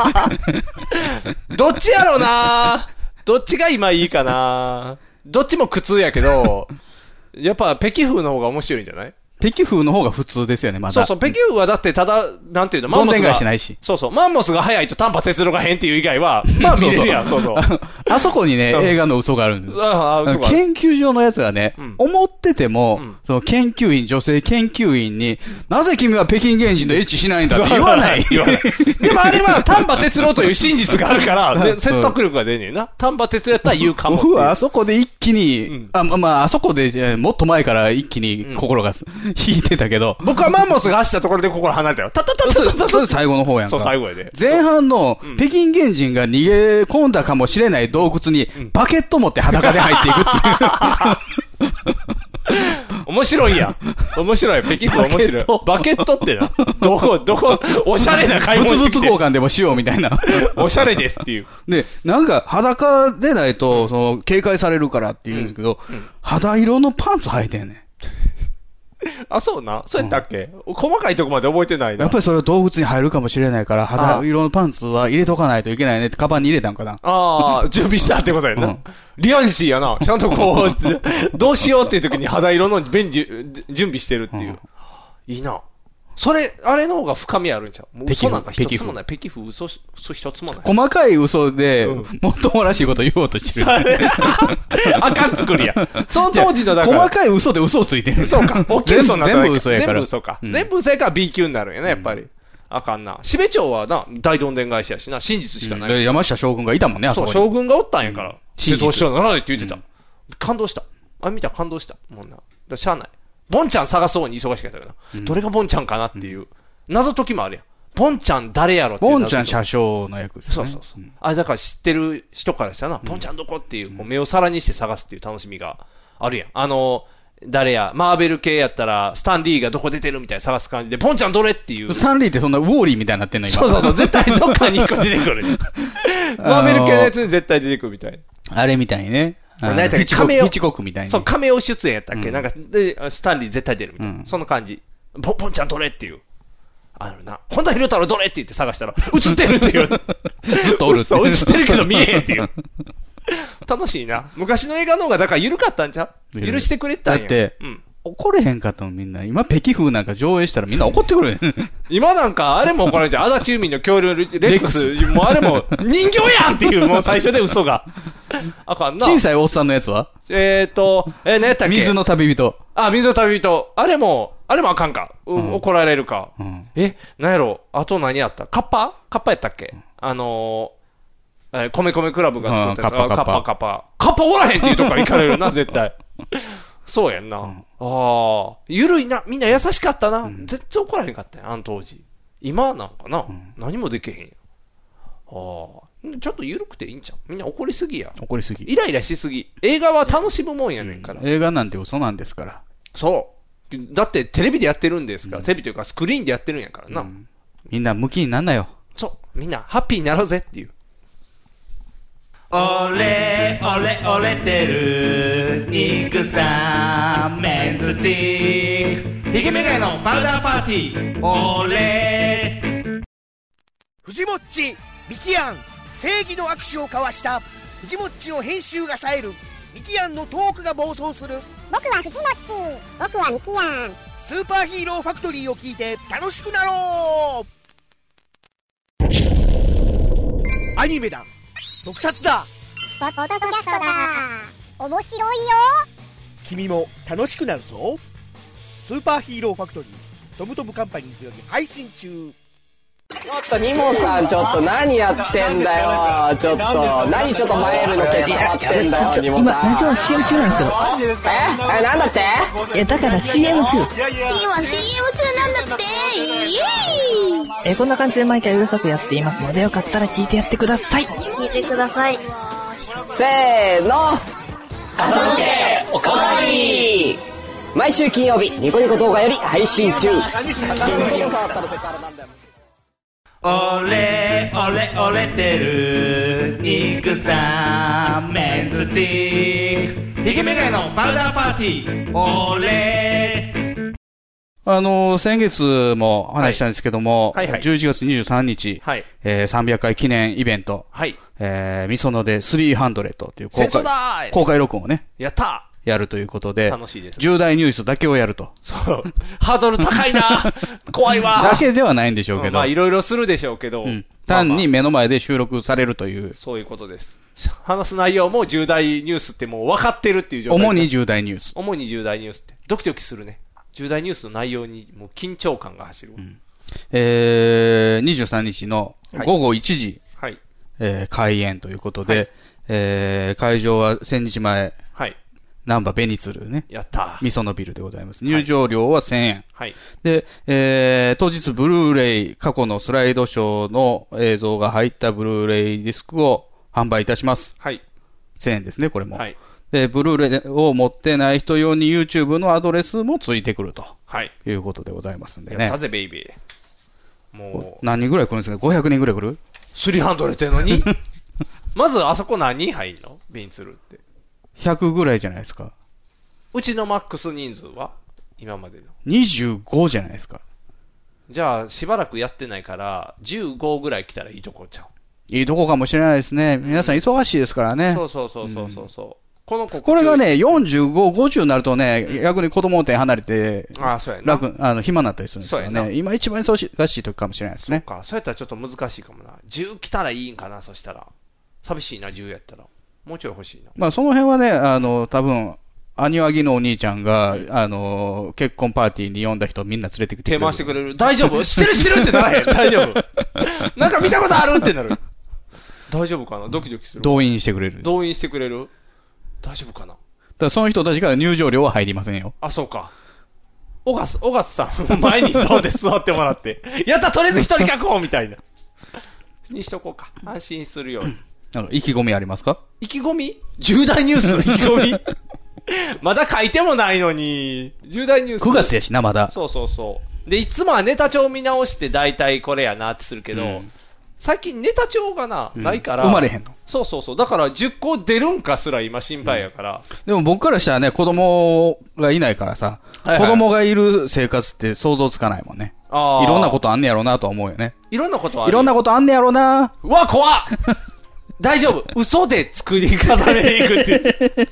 どっちやろうなどっちが今いいかなどっちも苦痛やけど、やっぱ北京風の方が面白いんじゃない？ 北京風の方が普通ですよね、まだ。 そうそう、北京風はだってただ、なんていうの、 マンモスが。どんでん返しないし。 そうそう、マンモスが早いと丹波哲郎が変っていう以外は、まあ見れるやん、そうそう。 あそこにね、映画の嘘があるんです。研究所のやつがね、思ってても、その研究員、女性研究員に、なぜ君は北京原人とエッチしないんだって言わない。 でもあれは丹波哲郎という真実があるから、説得力が出ねえな。丹波哲郎やったら言うかも。 僕はあそこで一気に、あそこで、もっと前から一気に心が引いてたけど、 僕はマンモスが走ったところで心離れたよ。 それ最後の方やんか。 そう、最後やで。 前半の、北京原人が逃げ込んだかもしれない洞窟に、バケット持って裸で入っていくっていう。 面白いやん。面白い。北京風面白い。バケットってな。どこ、おしゃれな買い物してきて。 物々交換でもしようみたいな。 おしゃれですっていう。 で、なんか裸でないと、警戒されるからって言うんですけど、肌色のパンツ履いてんねん。 あ、そうな。そうやったっけ、細かいとこまで覚えてないな。 やっぱりそれは洞窟に入るかもしれないから、肌色のパンツは入れとかないといけないねって、カバンに入れたんかな。 ああ、準備したってことやな。リアリティやな。ちゃんとこう、どうしようっていう時に肌色の準備してるっていう。いいな。それ、あれの方が深みあるんちゃう？もう嘘なんか一つもない。北京風嘘一つもない。 細かい嘘で、もっともらしいこと言おうとしてる。 あかん作りや。その当時のだから。 細かい嘘で嘘をついてる。 そうか。大きい嘘になった。 全部嘘やから。 全部嘘か。全部嘘やから B 級になるんやね、やっぱり。あかんな。標町はな、大どんでん返しやしな、真実しかない。 山下将軍がいたもんね、あそこに。 そう、将軍がおったんやから。真実。そうならないって言ってた。感動した。あれ見たら感動した。もうな。しゃあない。ボンちゃん探そうに忙しかったからな。どれがボンちゃんかなっていう。謎解きもあるやん。ボンちゃん誰やろっていう。 ボンちゃん車掌の役ですね。 そう。あ、だから知ってる人からしたらな、ボンちゃんどこっていう、目を皿にして探すっていう楽しみがあるやん。誰や、マーベル系やったら、スタンリーがどこ出てるみたいな探す感じで、ボンちゃんどれっていう。 スタンリーってそんなウォーリーみたいになってんの今。 そう。絶対どっかに一個出てくる。マーベル系のやつに絶対出てくるみたい。 あれみたいにね。 ヒッチコックみたいに。 そう、カメオ出演やったっけ、なんか、で、スタンリー絶対出るみたいな。その感じ。ボンちゃんどれっていう。あるな。本田博太郎どれって言って探したら、映ってるっていう。 ずっとおるって。 そう、映ってるけど見えへんっていう。楽しいな。昔の映画の方がだから緩かったんちゃう？許してくれたんや。 だって、怒れへんかったのみんな。今、北京風なんか上映したらみんな怒ってくる。 今なんか、あれも怒られちゃう。足立由美の恐竜レックス、もうあれも人形やんっていう、もう最初で嘘が。あかんな。 小さいおっさんのやつは何やったっけ？ 水の旅人。 あ、水の旅人。あれもあかんか。怒られるか。なんやろあと何やったカッパやったっけ米クラブが作ったやつ。カッパおらへんっていうとこから行かれるな、絶対。そうやんな。ゆるいな。みんな優しかったな。絶対怒らへんかったよ、あの当時。今なんかな。何もできへんやん。ちょっとゆるくていいんちゃう？みんな怒りすぎや。 怒りすぎ。 イライラしすぎ。映画は楽しむもんやねんから。 映画なんて嘘なんですから。 そう。だってテレビでやってるんですから。テレビというかスクリーンでやってるんやからな。 みんな向きになんなよ。 そう。みんなハッピーになろうぜっていう。 俺てる肉さんメンズティックひげメガネのパウダーパーティー俺藤もっちミキアン正義の握手を交わした藤もっちの編集が冴えるミキアンのトークが暴走する僕は藤もっち僕はミキアンスーパーヒーローファクトリーを聞いて楽しくなろうアニメだ特撮だポッドキャストだ面白いよ君も楽しくなるぞスーパーヒーローファクトリートムトムカンパニーズより配信中ちょっとニモさんちょっと何やってんだよちょっと何ちょっと前のケツ触ってんだよニモさん今ラジオ CM 中なんですけどなんだってだから CM 中今 CM 中なんだってこんな感じで毎回うるさくやっていますのでよかったら聞いてやってください聞いてくださいせーの朝向けおかわり毎週金曜日ニコニコ動画より配信中俺てる肉さんメンズティックひげメガネのパウダーパーティー俺先月も話したんですけども、 はいはいはい 11月23日、 はい 300回記念イベント、 はいみそので300っていう公開録音をね、 やったやるということで、 楽しいですね重大ニュースだけをやると。 そう。ハードル高いな怖いわだけではないんでしょうけど。 まあいろいろするでしょうけど。 単に目の前で収録されるという。 そういうことです。話す内容も重大ニュースってもう分かってるっていう状態。 主に重大ニュース。 主に重大ニュースって。ドキドキするね。重大ニュースの内容にもう緊張感が走る。 23日の午後1時、 はい開演ということで、会場は1000日前、 はい難波ベニツルね。 やったみそのビルでございます。入場料は1000円。 はい。 で、当日ブルーレイ、過去のスライドショーの映像が入ったブルーレイディスクを販売いたします。 はい。 1000円ですね、これも。 はい。 で、ブルーレイを持ってない人用に YouTube のアドレスもついてくると。 はい。 いうことでございますんでね。 やったぜ、ベイビー。もう。何人ぐらい来るんですか ?500 人ぐらい来る ?300 ってのにまずあそこ何人入んのベニツルって。 100ぐらいじゃないですか。 うちのマックス人数は今までの。 25じゃないですか。 じゃあ、しばらくやってないから、15ぐらい来たらいいとこちゃう。 いいとこかもしれないですね。皆さん忙しいですからね。 そうそうそうそうそうそう。 これがね、45、50になるとね、逆に子供店離れて、 そうやな。 暇になったりするんですからね。今一番忙しい時かもしれないですね。 そうか、そうやったらちょっと難しいかもな。10来たらいいんかな、そしたら。寂しいな、10やったら。もうちょい欲しいな。 まあその辺はね、多分、兄はぎのお兄ちゃんが、結婚パーティーに呼んだ人みんな連れてきてくれる。 手回してくれる。大丈夫知ってるってならへん。大丈夫なんか見たことあるってなる。大丈夫かなドキドキする。 動員してくれる。 動員してくれる大丈夫かなだからその人たちから入場料は入りませんよ。 あ、そうか。オガスさん、前に人で座ってもらって。やった、とりあえず一人確保みたいな。にしとこうか。安心するように。 なんか意気込みありますか？ 意気込み？重大ニュースの意気込みまだ書いてもないのに、重大ニュース。 9月やしな、まだ。 そうそうそう。で、いつもはネタ帳見直して大体これやなってするけど、最近ネタ帳がないから。 生まれへんの。 そうそうそう。だから10個出るんかすら今心配やから。 でも僕からしたらね、子供がいないからさ、子供がいる生活って想像つかないもんね。いろんなことあんねやろうなとは思うよね。 いろんなことある。 いろんなことあんねやろうな。 うわ、怖っ大丈夫。嘘で作り重ねていくって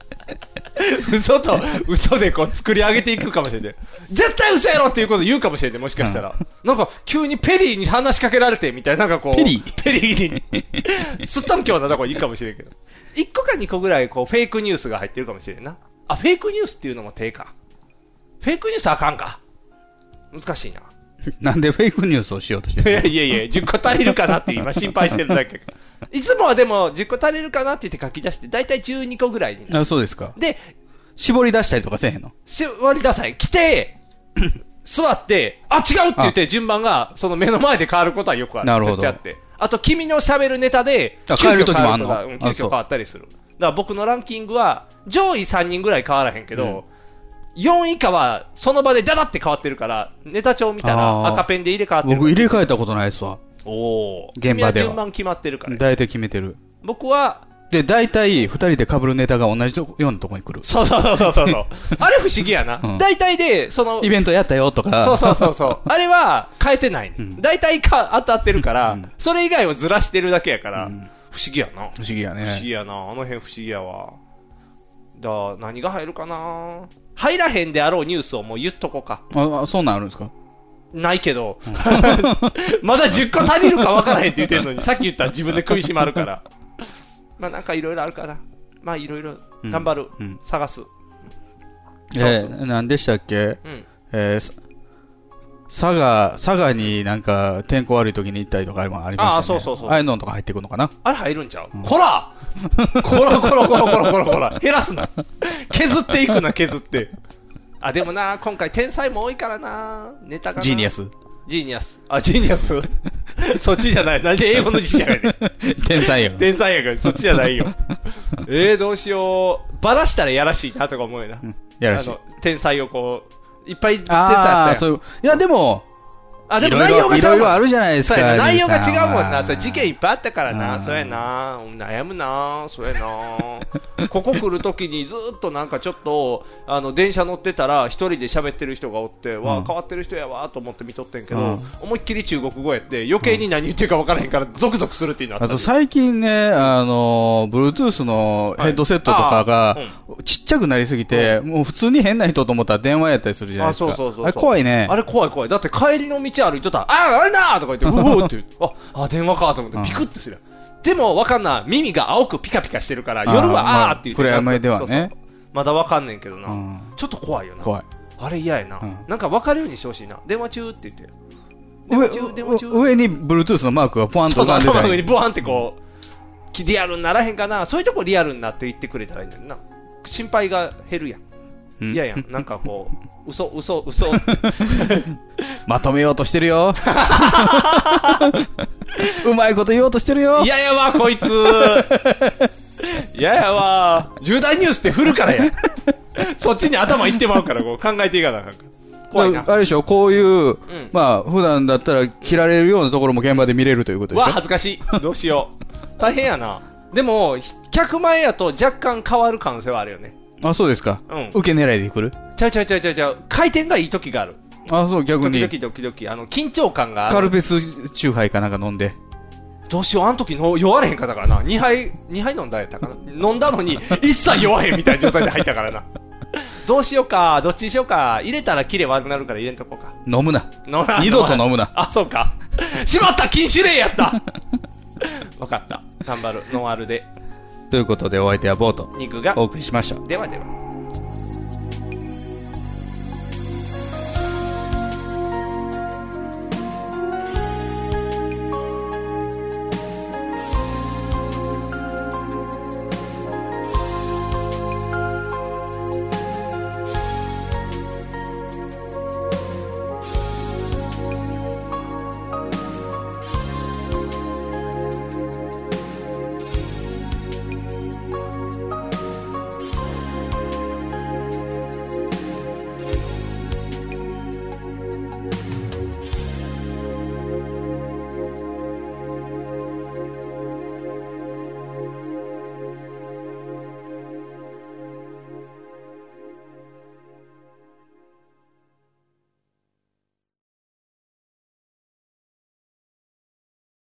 嘘でこう作り上げていくかもしれない。絶対嘘やろっていうこと言うかもしれない。もしかしたら。なんか急にペリーに話しかけられてみたいな、なんかこう。ペリーに。すっとんきょうなとこいいかもしれんけど。1個か2個ぐらいこうフェイクニュースが入ってるかもしれんな。あ、フェイクニュースっていうのも手か。フェイクニュースあかんか。難しいな。 なんでフェイクニュースをしようとしてるの？ いや10個足りるかなって今心配してるだけ。いつもはでも10個足りるかなって言って書き出して、だいたい12個ぐらいになる。 あ、そうですか。 で、 絞り出したりとかせえへんの？ 絞り出さない。来て、座って、あ、違うって言って順番がその目の前で変わることはよくある。 なるほど。 ちゃって。あと君の喋るネタで、 変える時もあんの？ 急遽変わったりする。だから僕のランキングは上位3人ぐらい変わらへんけど、4以下はその場でダダって変わってるから、ネタ帳見たら赤ペンで入れ替わってる。 僕入れ替えたことないですわ。 おー。 現場では。 順番決まってるから、ね。 大体決めてる。 僕はで、大体、二人で被るネタが同じようなとこに来る。 そう。あれ不思議やな。大体で、 イベントやったよとか。 そう。あれは変えてない。大体当たってるから、それ以外をずらしてるだけやから、不思議やな。 不思議やね。 不思議やな。あの辺不思議やわ。何が入るかな。入らへんであろうニュースをもう言っとこうか。 そんなんあるんですか？ ないけど。まだ10個足りるか分からへんって言ってるのに、さっき言ったら自分で首絞まるから。まあなんかいろいろあるかな。まあいろいろ頑張る。探す。 何でしたっけ？佐賀になんか天候悪い時に行ったりとかありましたね。 そう。 ああいうのとか入ってくるのかな？ あれ入るんちゃう？こら減らすな。削っていくな、削って。でもな、今回天才も多いからな、ネタがな。 ジーニアス。 ジーニアスそっちじゃない。なんで英語の辞書やねん。 天才やからそっちじゃないよ。どうしよう。バラしたらやらしいなとか思うよな。 やらしい。 天才をこう、いっぱい天才あったよ。 いやでも、 でも内容が違う。 いろいろあるじゃないですか。 内容が違うもんな。事件いっぱいあったからな。そうやな。悩むな。そうやな。ここ来るときにずっとなんかちょっと、電車乗ってたら一人で喋ってる人がおって、変わってる人やわと思って見とってんけど、思いっきり中国語やって余計に何言ってるか分からへんからゾクゾクするっていうのあった。 あと最近ね、Bluetooth のヘッドセットとかが、ちっちゃくなりすぎて、もう普通に変な人と思ったら電話やったりするじゃないですか。 そう。 あれ怖いね。 あれ怖い。だって帰りの道歩いとったら、あれなーとか言って、うおーって電話かと思ってピクッとする。でもわかんない。耳が青くピカピカしてるから、夜はって言って。 暗闇ではね。 まだわかんねんけどな。ちょっと怖いよな。 怖い。 あれ嫌やな。なんかわかるようにしてほしいな。電話中って言って。 上に Bluetooth のマークがポワンと浮かんでたり。 上にポワンってこう、リアルにならへんかな。そういうとこリアルになって言ってくれたらいいんだよな。心配が減るやん。いやなんかこう、嘘。 まとめようとしてるよ。うまいこと言おうとしてるよ。 いやわ、こいつ。いやわ。重大ニュースって振るからや。そっちに頭いってまうから、こう考えていかなあかんから。怖いな。 あれでしょ、こういう、まあ、普段だったら切られるようなところも現場で見れるということでしょ。 恥ずかしい。どうしよう。大変やな。でも、100万円やと若干変わる可能性はあるよね。 そうですか。受け狙いで来る？ ちゃう。回転がいい時がある。 そう、逆に。 ドキドキ、緊張感がある。 カルペスチューハイかなんか飲んで。 どうしよう、あの時酔われへんかったからな。2杯飲んだやったかな。飲んだのに、一切酔わへんみたいな状態で入ったからな。どうしようか、どっちにしようか。入れたらキレ悪くなるから入れんとこうか。 飲むな。二度と飲むな。 そうか。しまった、禁酒令やった。わかった。頑張る。ノンアルで。 ということでお相手はボート。 肉がお送りしました。 ではでは。